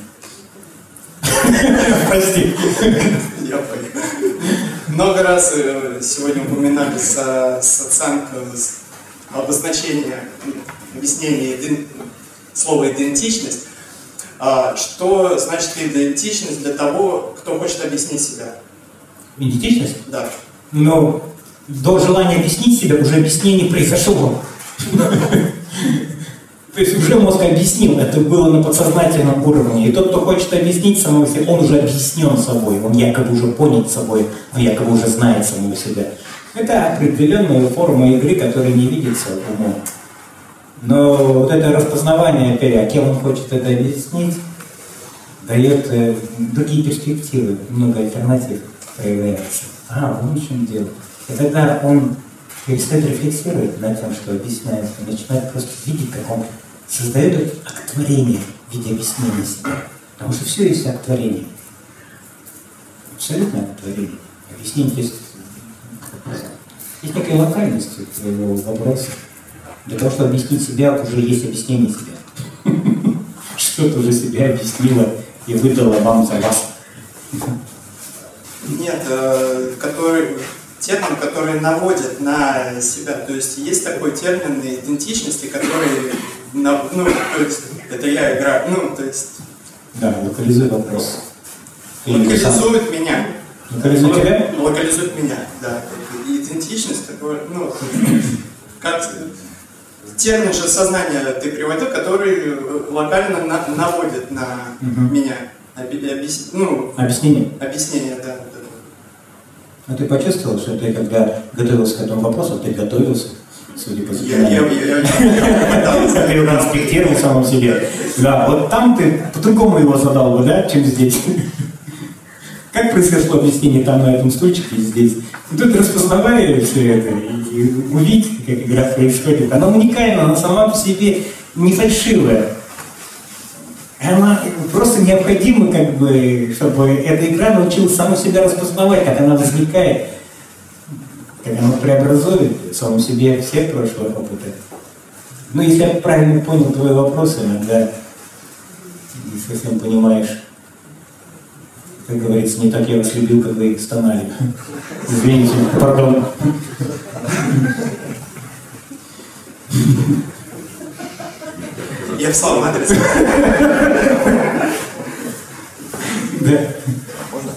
Прости. Я понял. Много раз сегодня упоминали сатсанг обозначение, объяснение иден... слова идентичность. Что значит идентичность для того, кто хочет объяснить себя? Идентичность? Да. Но до желания объяснить себя уже объяснение произошло. То есть уже мозг объяснил, это было на подсознательном уровне. И тот, кто хочет объяснить самого себя, он уже объяснен собой, он якобы уже понят собой, он якобы уже знает самого себя. Это определенная форма игры, которая не видится умом. Но вот это распознавание, опять, а кем он хочет это объяснить, дает э, другие перспективы, много альтернатив проявляется. А, вот в чем дело. И тогда он перестает рефлексировать над тем, что объясняет, он начинает просто видеть, как он создает акт творения в виде объяснения себя. Потому что все есть акт творения. Абсолютно акт творения. Объяснение есть, есть некая локальность твоего вопроса. Для того, чтобы объяснить себя, уже есть объяснение себя. Что-то уже себя объяснило и выдало вам за вас. Нет, который, термин, который наводит на себя. То есть есть такой термин идентичности, который, ну, то есть, это я играю, ну, то есть... Да, локализуй вопрос. Локализует меня. Локализует тебя? Локализует меня, да. Идентичность, такой, ну, как... Термин же сознания ты приводил, который локально на, наводит на угу. меня. Объяс... Ну, объяснение? Объяснение, да. А ты почувствовал, что ты, когда готовился к этому вопросу, ты готовился, судя по всему? Я, я, я, я, ты его конспектировал самому себе. Да, вот там ты по-другому его задал бы, да, чем здесь. Как произошло объяснение там на этом стульчике и здесь? И тут распознавая все это и увидите, как игра происходит. Она уникальна, она сама по себе не фальшивая. Она просто необходима, как бы, чтобы эта игра научилась саму себя распознавать, как она возникает, как она преобразует саму себе все прошлые опыты. Ну, если я правильно понял твой вопрос, иногда не совсем понимаешь. Как говорится, не так я вас любил, как вы стонали. Извините, пардон. Я вслал адрес. Да. Можно?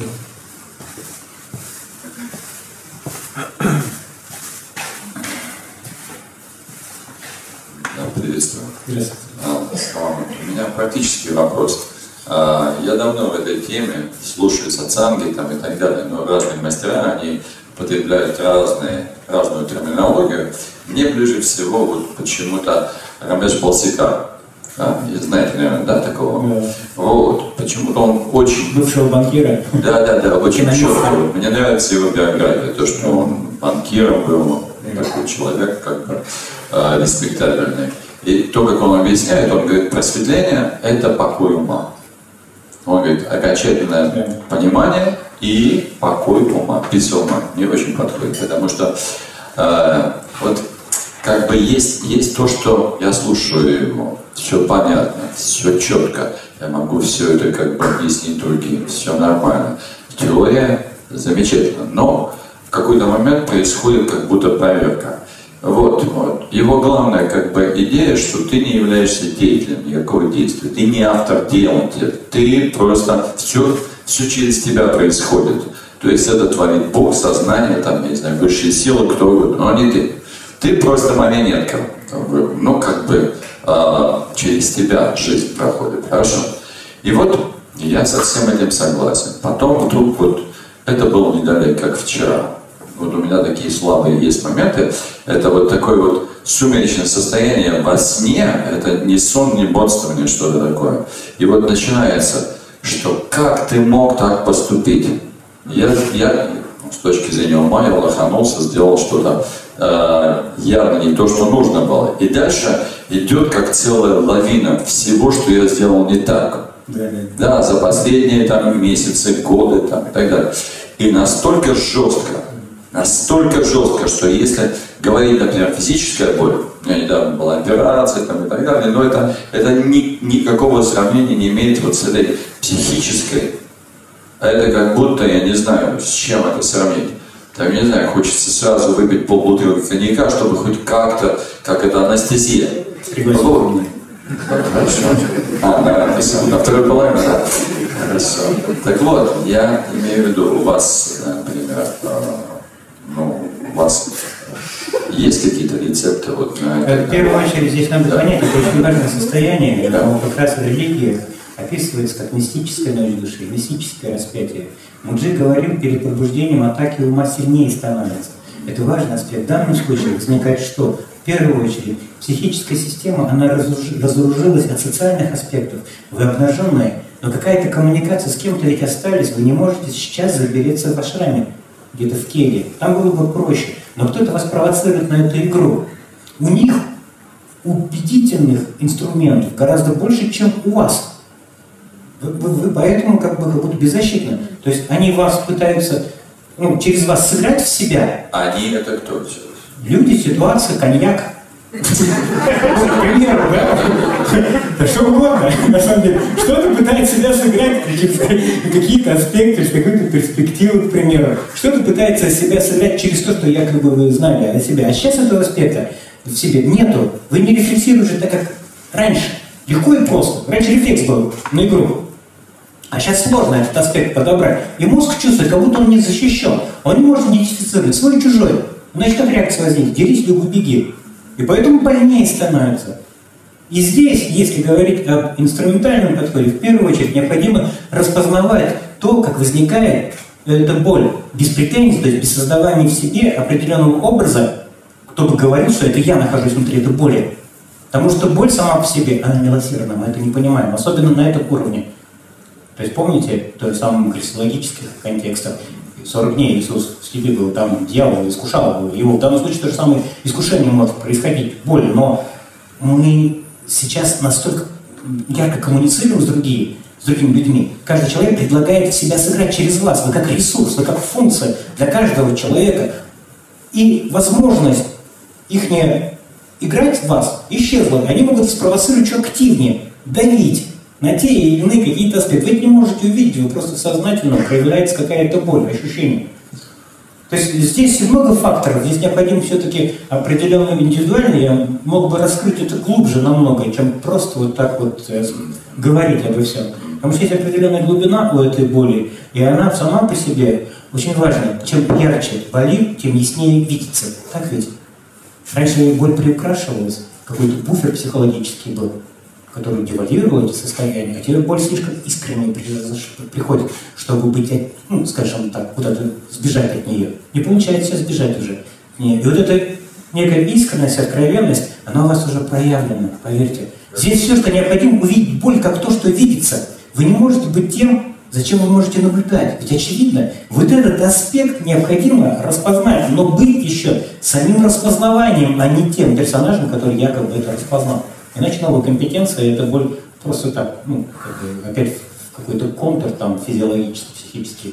Да, приветствую. Здравствуйте. А, у меня практический вопрос. Я давно в этой теме, слушаю сатсанги там и так далее, но разные мастера, они потребляют разные, разную терминологию. Мне ближе всего вот почему-то Рамеш Балсикар. Да, знаете, наверное, да, такого? Да. Вот, почему-то он очень... Бывшего банкира. Да, да, да, очень четко. Мне нравится его биография, то, что он банкиром был, такой человек, как бы, э, респектабельный. И то, как он объясняет, он говорит, просветление – это покой ума. Он говорит, окончательное понимание и покой ума, peace of mind. Мне очень подходит, потому что э, вот как бы есть, есть то, что я слушаю его, все понятно, все четко, я могу все это как бы объяснить другим, все нормально. Теория замечательна, но в какой-то момент происходит как будто проверка. Вот, вот. Его главная как бы идея, что ты не являешься деятелем никакого действия, ты не автор дела, ты просто все, все через тебя происходит. То есть это творит Бог, сознание, там, я не знаю, высшие силы, кто угодно, но не ты. Ты просто марионетка, ну как бы э, через тебя жизнь проходит, хорошо? И вот я со всем этим согласен. Потом вдруг вот, это было не далее, как вчера. Вот у меня такие слабые есть моменты. Это вот такое вот сумеречное состояние во сне. Это не сон, не бодствование, что-то такое. И вот начинается, что как ты мог так поступить? Я, я с точки зрения ума, я лоханулся, сделал что-то э, явно не то, что нужно было. И дальше идет как целая лавина всего, что я сделал не так. Да, да. Да, за последние там месяцы, годы там, и так далее. И настолько жестко, настолько жестко, что если говорить, например, физическая боль, у меня недавно была операция там, и так далее, но это, это ни, никакого сравнения не имеет вот с этой психической. А это как будто, я не знаю, с чем это сравнить. Там, я не знаю, хочется сразу выпить полбутылки коньяка, чтобы хоть как-то, как это анестезия. Вот. Хорошо. А, да, хорошо. На второй половине, да? Хорошо. Так вот, я имею в виду, у вас, например, ну, у вас есть какие-то рецепты вот на это? В первую очередь здесь надо понять, это очень важное состояние, да. Но как раз в религии описывается как мистическое ночь души, мистическое распятие. Муджи говорил, перед пробуждением атаки ума сильнее становится. Это важный аспект. В данном случае возникает что? В первую очередь, психическая система, она разоружилась от социальных аспектов. Вы обнаженные, но какая-то коммуникация с кем-то ведь остались, вы не можете сейчас запереться в ашраме, где-то в келье. Там было бы проще. Но кто-то вас провоцирует на эту игру. У них убедительных инструментов гораздо больше, чем у вас. Вы, вы, вы поэтому как бы как будто беззащитны. То есть они вас пытаются, ну, через вас сыграть в себя. Они это кто делает? Люди, ситуация, коньяк. К примеру, да? Что угодно, на самом деле. Что-то пытается себя сыграть, какие-то аспекты, какую-то перспективу, к примеру. Что-то пытается себя сыграть через то, что якобы вы знали о себе. А сейчас этого аспекта в себе нету. Вы не рефлексируете так, как раньше. Легко и просто. Раньше рефлекс был на игру. А сейчас сложно этот аспект подобрать. И мозг чувствует, как будто он не защищен. Он не может идентифицировать свой и чужой. Значит, как реакция возникнет? Дерись, либо беги. И поэтому больнее становится. И здесь, если говорить об инструментальном подходе, в первую очередь необходимо распознавать то, как возникает эта боль. Без претензий, то есть без создавания в себе определенного образа, кто бы говорил, что это я нахожусь внутри этой боли. Потому что боль сама по себе, она милосердна, мы это не понимаем, особенно на этом уровне. То есть помните, то есть в самом крistологических контекстах, сорок дней Иисус в степи был, там дьявол искушал его. В данном случае то же самое искушение может происходить, боль, но мы сейчас настолько ярко коммуницируем с, другими, с другими людьми. Каждый человек предлагает себя сыграть через вас, вы как ресурс, вы как функция для каждого человека. И возможность их не играть в вас исчезла. Они могут спровоцировать еще активнее, давить на те или иные какие-то аспекты. Вы это не можете увидеть, вы просто сознательно проявляется какая-то боль, ощущение. То есть здесь много факторов, здесь необходимо все-таки определенно индивидуально, я мог бы раскрыть это глубже намного, чем просто вот так вот э, говорить обо всем. Потому что есть определенная глубина у этой боли, и она сама по себе очень важна. Чем ярче болит, тем яснее видится. Так ведь? Раньше боль приукрашивалась, какой-то буфер психологический был, который девальвировал эти состояния, а теперь боль слишком искренне приходит, чтобы быть, ну, скажем так, куда-то сбежать от нее. Не получается сбежать уже. И вот эта некая искренность, откровенность, она у вас уже проявлена, поверьте. Здесь все, что необходимо, увидеть боль как то, что видится. Вы не можете быть тем, зачем вы можете наблюдать. Ведь очевидно, вот этот аспект необходимо распознать, но быть еще самим распознаванием, а не тем персонажем, который якобы это распознал. Иначе новая компетенция, это боль просто так, ну, опять в какой-то контур там физиологический, психический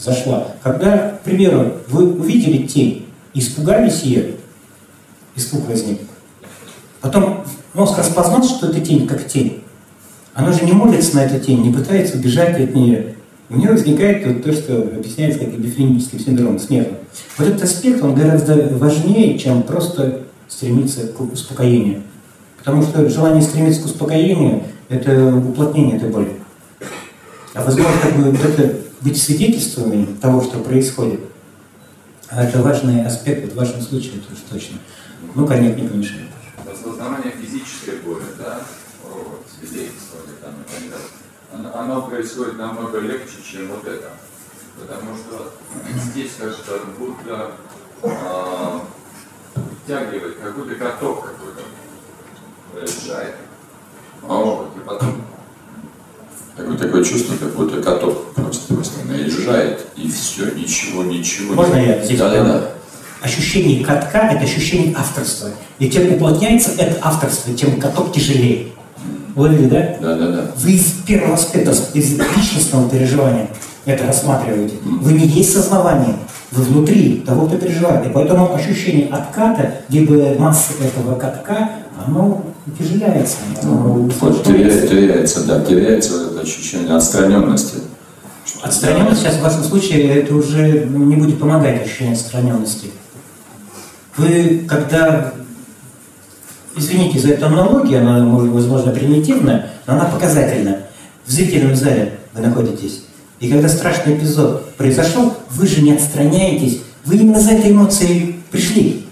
зашла. Когда, к примеру, вы увидели тень, испугались ее, испуг возник. Потом мозг распознал, что это тень как тень. Оно же не молится на эту тень, не пытается убежать от нее. У него возникает вот то, что объясняется как эпифенический синдром смеха. Вот этот аспект, он гораздо важнее, чем просто стремиться к успокоению. Потому что желание стремиться к успокоению – это уплотнение этой боли. А возможно, как бы, вот это быть свидетельством того, что происходит. А это важный аспект, вот в вашем случае, это уж точно. Ну, коньяк не помешает. Распознавание физической боли, да, вот, свидетельствование там и так далее, оно, оно происходит намного легче, чем вот это. Потому что здесь как-то будто э, втягивает какой-то каток какой-то, проезжает. Вот, и потом такое, такое чувство, как будто каток просто, просто наезжает, и все, ничего, ничего. Можно я здесь? Да, да, да. Ощущение катка – это ощущение авторства. И чем уплотняется это авторство, тем каток тяжелее. Уловили, да? Да, да, да. Вы из первого аспекта, из личностного переживания это рассматриваете. Вы не есть сознавание, вы внутри того, кто переживает. И поэтому ощущение отката, либо массы этого катка, оно утяжеляется. Оно вот теряется, теряется, да, теряется вот это ощущение отстраненности. Отстраненность сейчас в вашем случае это уже не будет помогать ощущению отстраненности. Вы, когда, извините за эту аналогию, она, возможно, примитивная, но она показательна. В зрительном зале вы находитесь, и когда страшный эпизод произошел, вы же не отстраняетесь, вы именно за этой эмоцией пришли.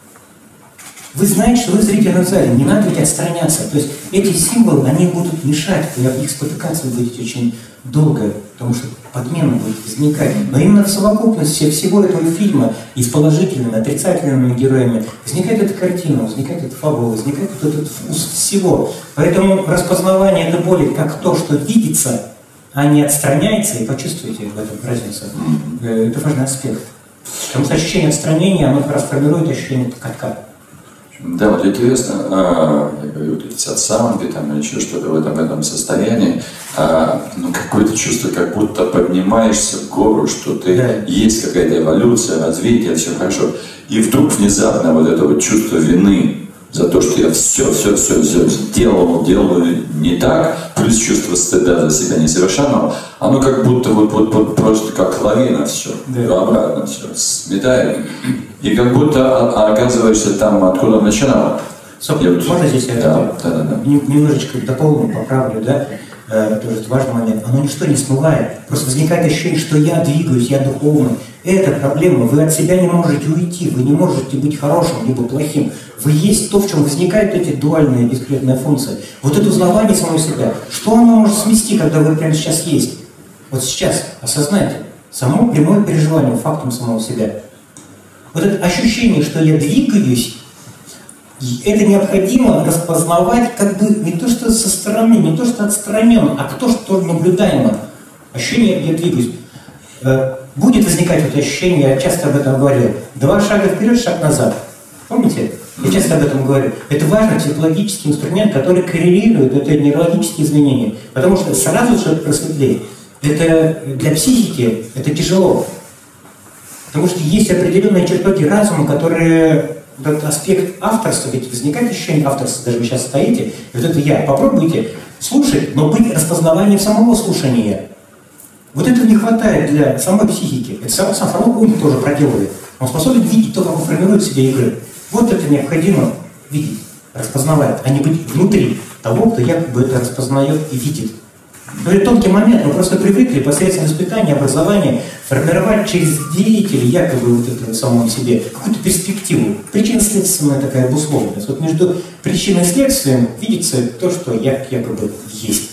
Вы знаете, что вы в зрительном зале, не надо ведь отстраняться. То есть эти символы, они будут мешать, вы об них спотыкаться будете очень долго, потому что подмена будет возникать. Но именно в совокупности всего этого фильма и с положительными, отрицательными героями возникает эта картина, возникает эта фабула, возникает вот этот вкус всего. Поэтому распознавание этой боли как то, что видится, а не отстраняется, и почувствуйте в этом разницу. Это важный аспект. Потому что ощущение отстранения, оно как раз формирует ощущение катка. Да, вот интересно, а, я говорю, вот эти сатсанги там или еще что-то в этом, в этом состоянии, а, ну какое-то чувство, как будто поднимаешься в гору, что ты, да. Есть какая-то эволюция, развитие, все хорошо, и вдруг внезапно вот это вот чувство вины за то, что я все, все, все, все сделал, делаю не так, плюс чувство стыда за себя несовершенного, оно как будто вот, вот, вот просто как лавина все, да. Обратно все сметает. И как будто оказываешься там, откуда начинал. Стоп, можно здесь я да, да, да, да. немножечко дополню, поправлю, да? Э, тоже важный момент. Оно ничто не смывает. Просто возникает ощущение, что я двигаюсь, я духовный. Это проблема. Вы от себя не можете уйти. Вы не можете быть хорошим, либо плохим. Вы есть то, в чем возникают эти дуальные дискретные функции. Вот это узнавание самого себя. Что оно может смести, когда вы прямо сейчас есть? Вот сейчас осознайте. Само прямое переживание фактом самого себя. Вот это ощущение, что я двигаюсь, это необходимо распознавать как бы не то, что со стороны, не то, что отстраненно, а то, что наблюдаемо. Ощущение, я двигаюсь. Будет возникать это ощущение, я часто об этом говорил. Два шага вперед, шаг назад. Помните? Я часто об этом говорю. Это важный психологический инструмент, который коррелирует это нейрологические изменения. Потому что сразу же просветлее. Это для психики это тяжело. Потому что есть определенные чертоги разума, которые, этот аспект авторства, ведь возникает ощущение авторства, даже вы сейчас стоите, и вот это я. Попробуйте слушать, но быть распознаванием самого слушания. Вот этого не хватает для самой психики. Это сам, сам ум тоже проделывает. Он способен видеть то, как он формирует себе игры. Вот это необходимо видеть, распознавать, а не быть внутри того, кто якобы это распознает и видит. Это тонкий момент, мы просто привыкли посредством воспитания, образования формировать через деятелей якобы вот этого самого себе какую-то перспективу. Причинно-следственная такая обусловленность. Вот между причиной и следствием видится то, что якобы есть.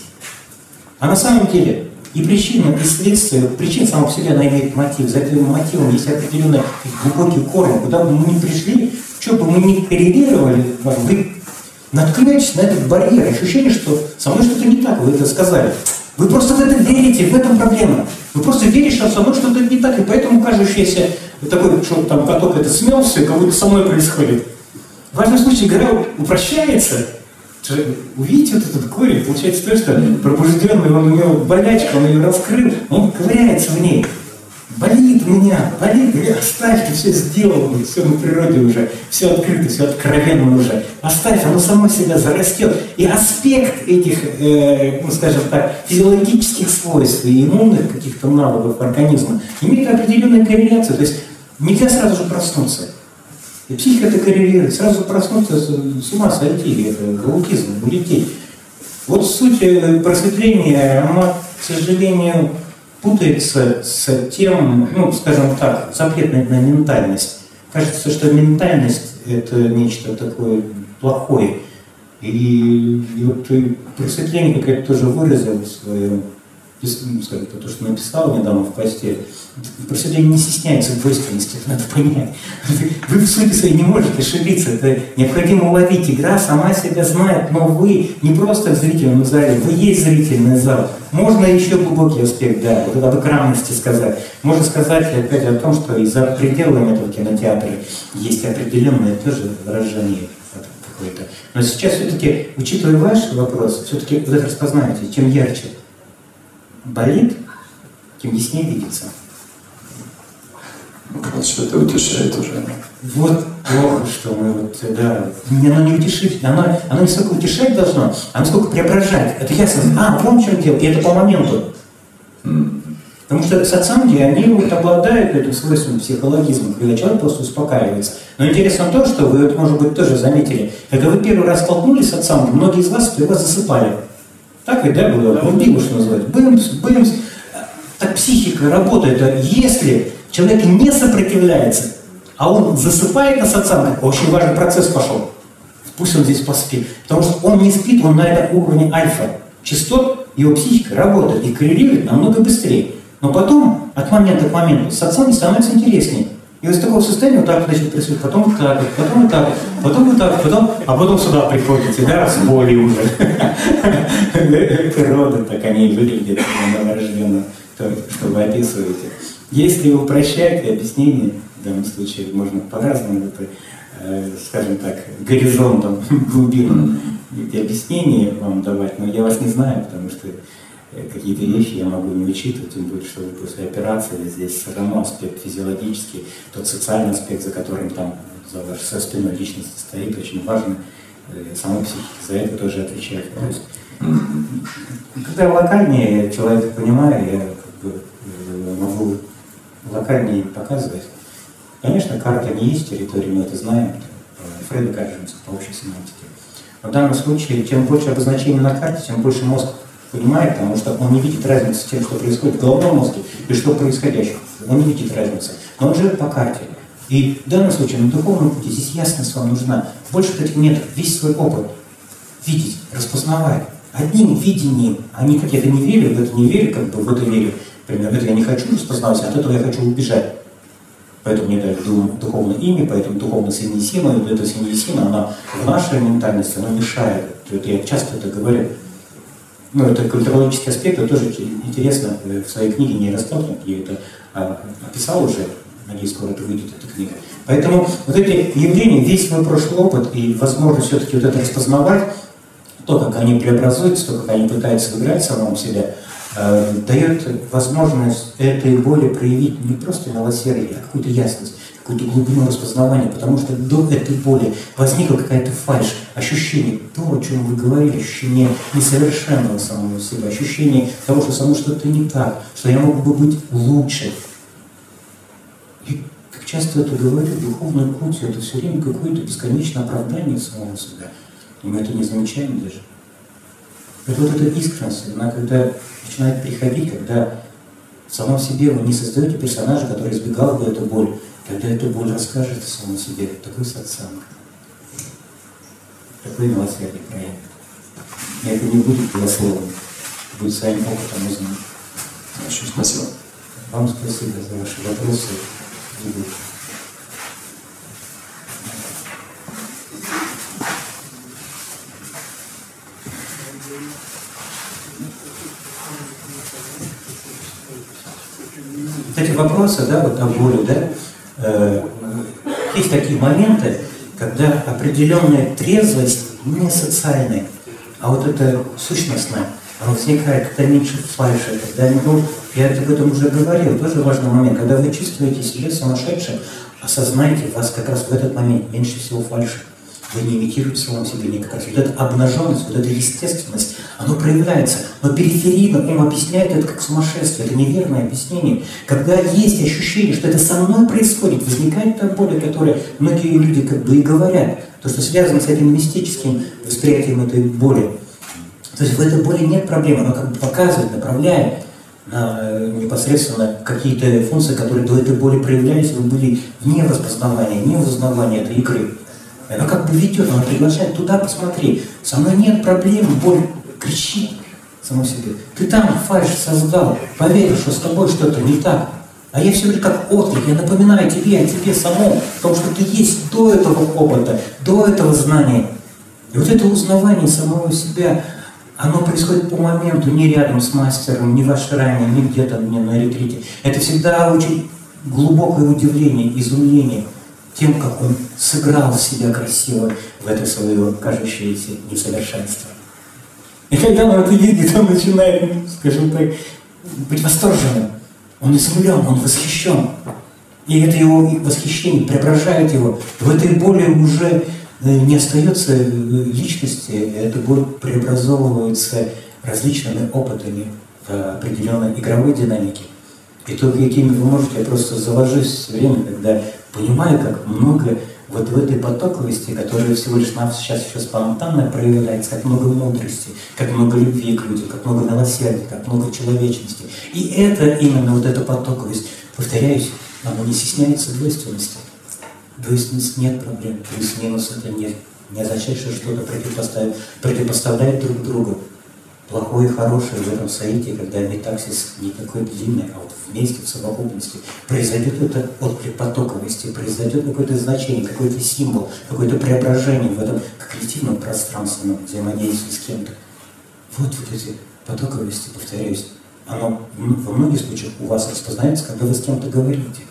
А на самом деле и причина, и следствие, причина сама по себе, она имеет мотив. За этим мотивом есть определенный глубокий корень. Куда бы мы ни пришли, что бы мы ни коррелировали, вы наткнетесь на этот барьер, ощущение, что со мной что-то не так, вы это сказали. Вы просто в это верите, в этом проблема. Вы просто верите, что со мной что-то не так, и поэтому кажущееся такой, что там поток это смел все, как будто со мной происходит. В важном случае игра упрощается. Увидите вот этот корень, получается то, что пробужденный, он имел болячку, он ее раскрыл, он ковыряется в ней. Болит у меня, болит, я оставь, ты все сделал, все на природе уже, все открыто, все откровенно уже. Оставь, оно само себя зарастет. И аспект этих, э, ну скажем так, физиологических свойств и иммунных каких-то навыков организма имеет определенную корреляцию. То есть нельзя сразу же проснуться. И психика это коррелирует. Сразу проснуться, с ума сойти, это галутизм, улететь. Вот суть просветления, она, к сожалению, путается с тем, ну, скажем так, запретная на ментальность. Кажется, что ментальность – это нечто такое плохое. И, и вот просветление какое-то тоже выразил свое, скажем, то, что написал недавно в посте. Просветление не стесняется двойственности, это надо понять. Вы в сути своей не можете ошибиться, это необходимо уловить. Игра сама себя знает, но вы не просто в зрительном зале, вы есть зрительный зал. Можно еще глубокий аспект, да, вот об экранности сказать. Можно сказать опять о том, что и за пределами этого кинотеатра есть определенное тоже выражение какое-то. Но сейчас все-таки, учитывая ваш вопрос, все-таки вы распознаете, чем ярче болит, тем яснее видится. Что это утешает уже. Вот плохо, что мы вот, да, оно не утешить, оно, оно не столько утешать должно, а сколько преображать. Это ясно. А, вон в чем дело, и это по моменту. Mm. Потому что сатсанги, они вот обладают этим свойством психологизма, когда человек просто успокаивается. Но интересно то, что вы, вот, может быть, тоже заметили, когда вы первый раз столкнулись с сатсангом, многие из вас первый раз засыпали. Так ведь, да, было? Бомбигу, что называют. Бымс, бымс. Так психика работает. Если человек не сопротивляется, а он засыпает на сатсангах, очень важный процесс пошел. Пусть он здесь поспит. Потому что он не спит, он на этом уровне альфа. Частот, его психика работает и коррелирует намного быстрее. Но потом, от момента к моменту, сатсанги становятся интереснее. И вот из такого состояния вот так начнет происходить, потом вот так, потом вот так, потом вот так, потом, а потом сюда приходите, да, с болью уже. Природа, так они выглядят новорожденно, что вы описываете. Если вы упрощаете объяснение, в данном случае можно по-разному, это, э, скажем так, горизонтом, глубинам эти объяснения вам давать, но я вас не знаю, потому что э, какие-то вещи я могу не учитывать, тем более, что после операции здесь все равно аспект физиологический, тот социальный аспект, за которым там за вашей со спиной личности стоит, очень важный, э, самой психике за это тоже отвечает. То есть, когда локальнее человек понимает, я как бы могу локальнее показывать. Конечно, карта не есть территория, мы это знаем, Фрейда Каджинска по общей семантике. В данном случае, чем больше обозначений на карте, тем больше мозг понимает, потому что он не видит разницы с тем, что происходит в головном мозге и что происходящее. Он не видит разницы, но он живет по карте. И в данном случае на духовном пути здесь ясность вам нужна. Больше этих метров, весь свой опыт видеть, распознавать. Одним видением, они как я-то не верю, в это не верю, как бы в это верю. Например, это я не хочу распознавать, от этого я хочу убежать. Поэтому мне дали духовное имя, поэтому духовная синьясина, и эта синьясина, она в нашей ментальности, она мешает. Это я часто это говорю. Ну, это культурологический аспект, это тоже интересно в своей книге не растолкнут. Я это описал уже, надеюсь, скоро это выйдет, эта книга. Поэтому вот эти явления, весь свой прошлый опыт и возможность все-таки вот это распознавать, то, как они преобразуются, то, как они пытаются выиграть самому себя, э, дает возможность этой боли проявить не просто милосердие, а какую-то ясность, какую-то глубину распознавания, потому что до этой боли возникла какая-то фальшь, ощущение, то, о чем вы говорили, ощущение несовершенного самого себя, ощущение того, что само что-то не так, что я мог бы быть лучше. И как часто это говорю, духовный путь — это все время какое-то бесконечное оправдание самого себя. И мы это не замечаем даже. Это вот эта искренность, она когда начинает приходить, когда в самом себе вы не создаете персонажа, который избегал бы эту боль, когда эту боль расскажет о самом себе, такой сатсанг, такой милосердие проявит. И это не будет голословным, будет своим опытом узнан. Большое спасибо. Вам спасибо за ваши вопросы. Эти вопросы, да, вот о боли, да, э, есть такие моменты, когда определенная трезвость не социальная, а вот это сущностная, она возникает, когда меньше фальши, когда ну, Я об этом уже говорил, тоже важный момент. Когда вы чувствуете себя сумасшедшим, осознайте, у вас как раз в этот момент меньше всего фальши. Вы не имитируете самого себя никак. Вот эта обнаженность, вот эта естественность, оно проявляется. Но периферийно ум объясняет это как сумасшествие. Это неверное объяснение. Когда есть ощущение, что это со мной происходит, возникает та боль, о которой многие люди как бы и говорят. То, что связано с этим мистическим восприятием этой боли. То есть в этой боли нет проблем. Оно как бы показывает, направляет на непосредственно какие-то функции, которые до этой боли проявлялись, вы были вне распознавания, вне узнавания этой игры. Она как бы ведет, она приглашает туда, посмотри. Со мной нет проблем, боль кричит саму себе. Ты там фальшь создал, поверил, что с тобой что-то не так. А я все время как отклик, я напоминаю тебе о тебе самому, о том, что ты есть до этого опыта, до этого знания. И вот это узнавание самого себя, оно происходит по моменту, не рядом с мастером, не в ашраме, не где-то не на ретрите. Это всегда очень глубокое удивление, изумление тем, как он сыграл себя красиво в это свое кажущееся несовершенство. И когда он это видит, он начинает, скажем так, быть восторженным. Он изумлен, он восхищен. И это его восхищение преображает его. В этой боли уже не остается личности, эта боль преобразовывается различными опытами в определенной игровой динамике. И то, какими вы можете, я просто заложусь все время, когда понимаю, как много вот в этой потоковости, которая всего лишь нам сейчас еще спонтанно проявляется, как много мудрости, как много любви к людям, как много милосердия, как много человечности. И это именно вот эта потоковость, повторяюсь, она не стесняется двойственности. Двойственность нет проблем, плюс-минус это нет. Не означает, что что-то противопоставляет, противопоставляет друг другу. Плохое и хорошее в этом соитии, когда метаксис не такой длинный, а вот вместе, в совокупности, произойдет этот отклик потоковости, произойдет какое-то значение, какой-то символ, какое-то преображение в этом коллективном пространственном взаимодействии с кем-то. Вот, вот эти потоковости, повторяюсь, оно во многих случаях у вас распознается, когда вы с кем-то говорите.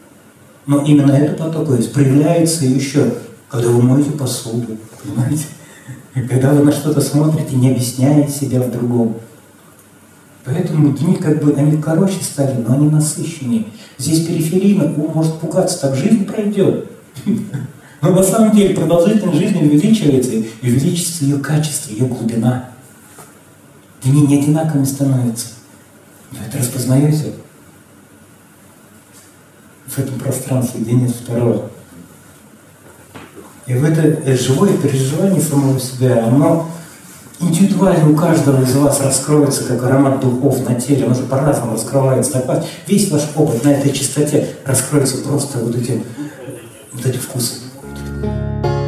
Но именно эта потоковость проявляется еще, когда вы моете посуду, понимаете? Когда вы на что-то смотрите, не объясняя себя в другом. Поэтому дни как бы, они короче стали, но они насыщеннее. Здесь периферийно ум может пугаться, так жизнь пройдет. Но на самом деле продолжительность жизни увеличивается, и увеличится ее качество, ее глубина. Дни не одинаковыми становятся. Вы это распознаете? В этом пространстве, где нет второго. И в это живое переживание самого себя, оно индивидуально у каждого из вас раскроется, как аромат духов на теле, оно же по-разному раскрывается на вас. Весь ваш опыт на этой чистоте раскроется просто вот этим, вот этим вкусом.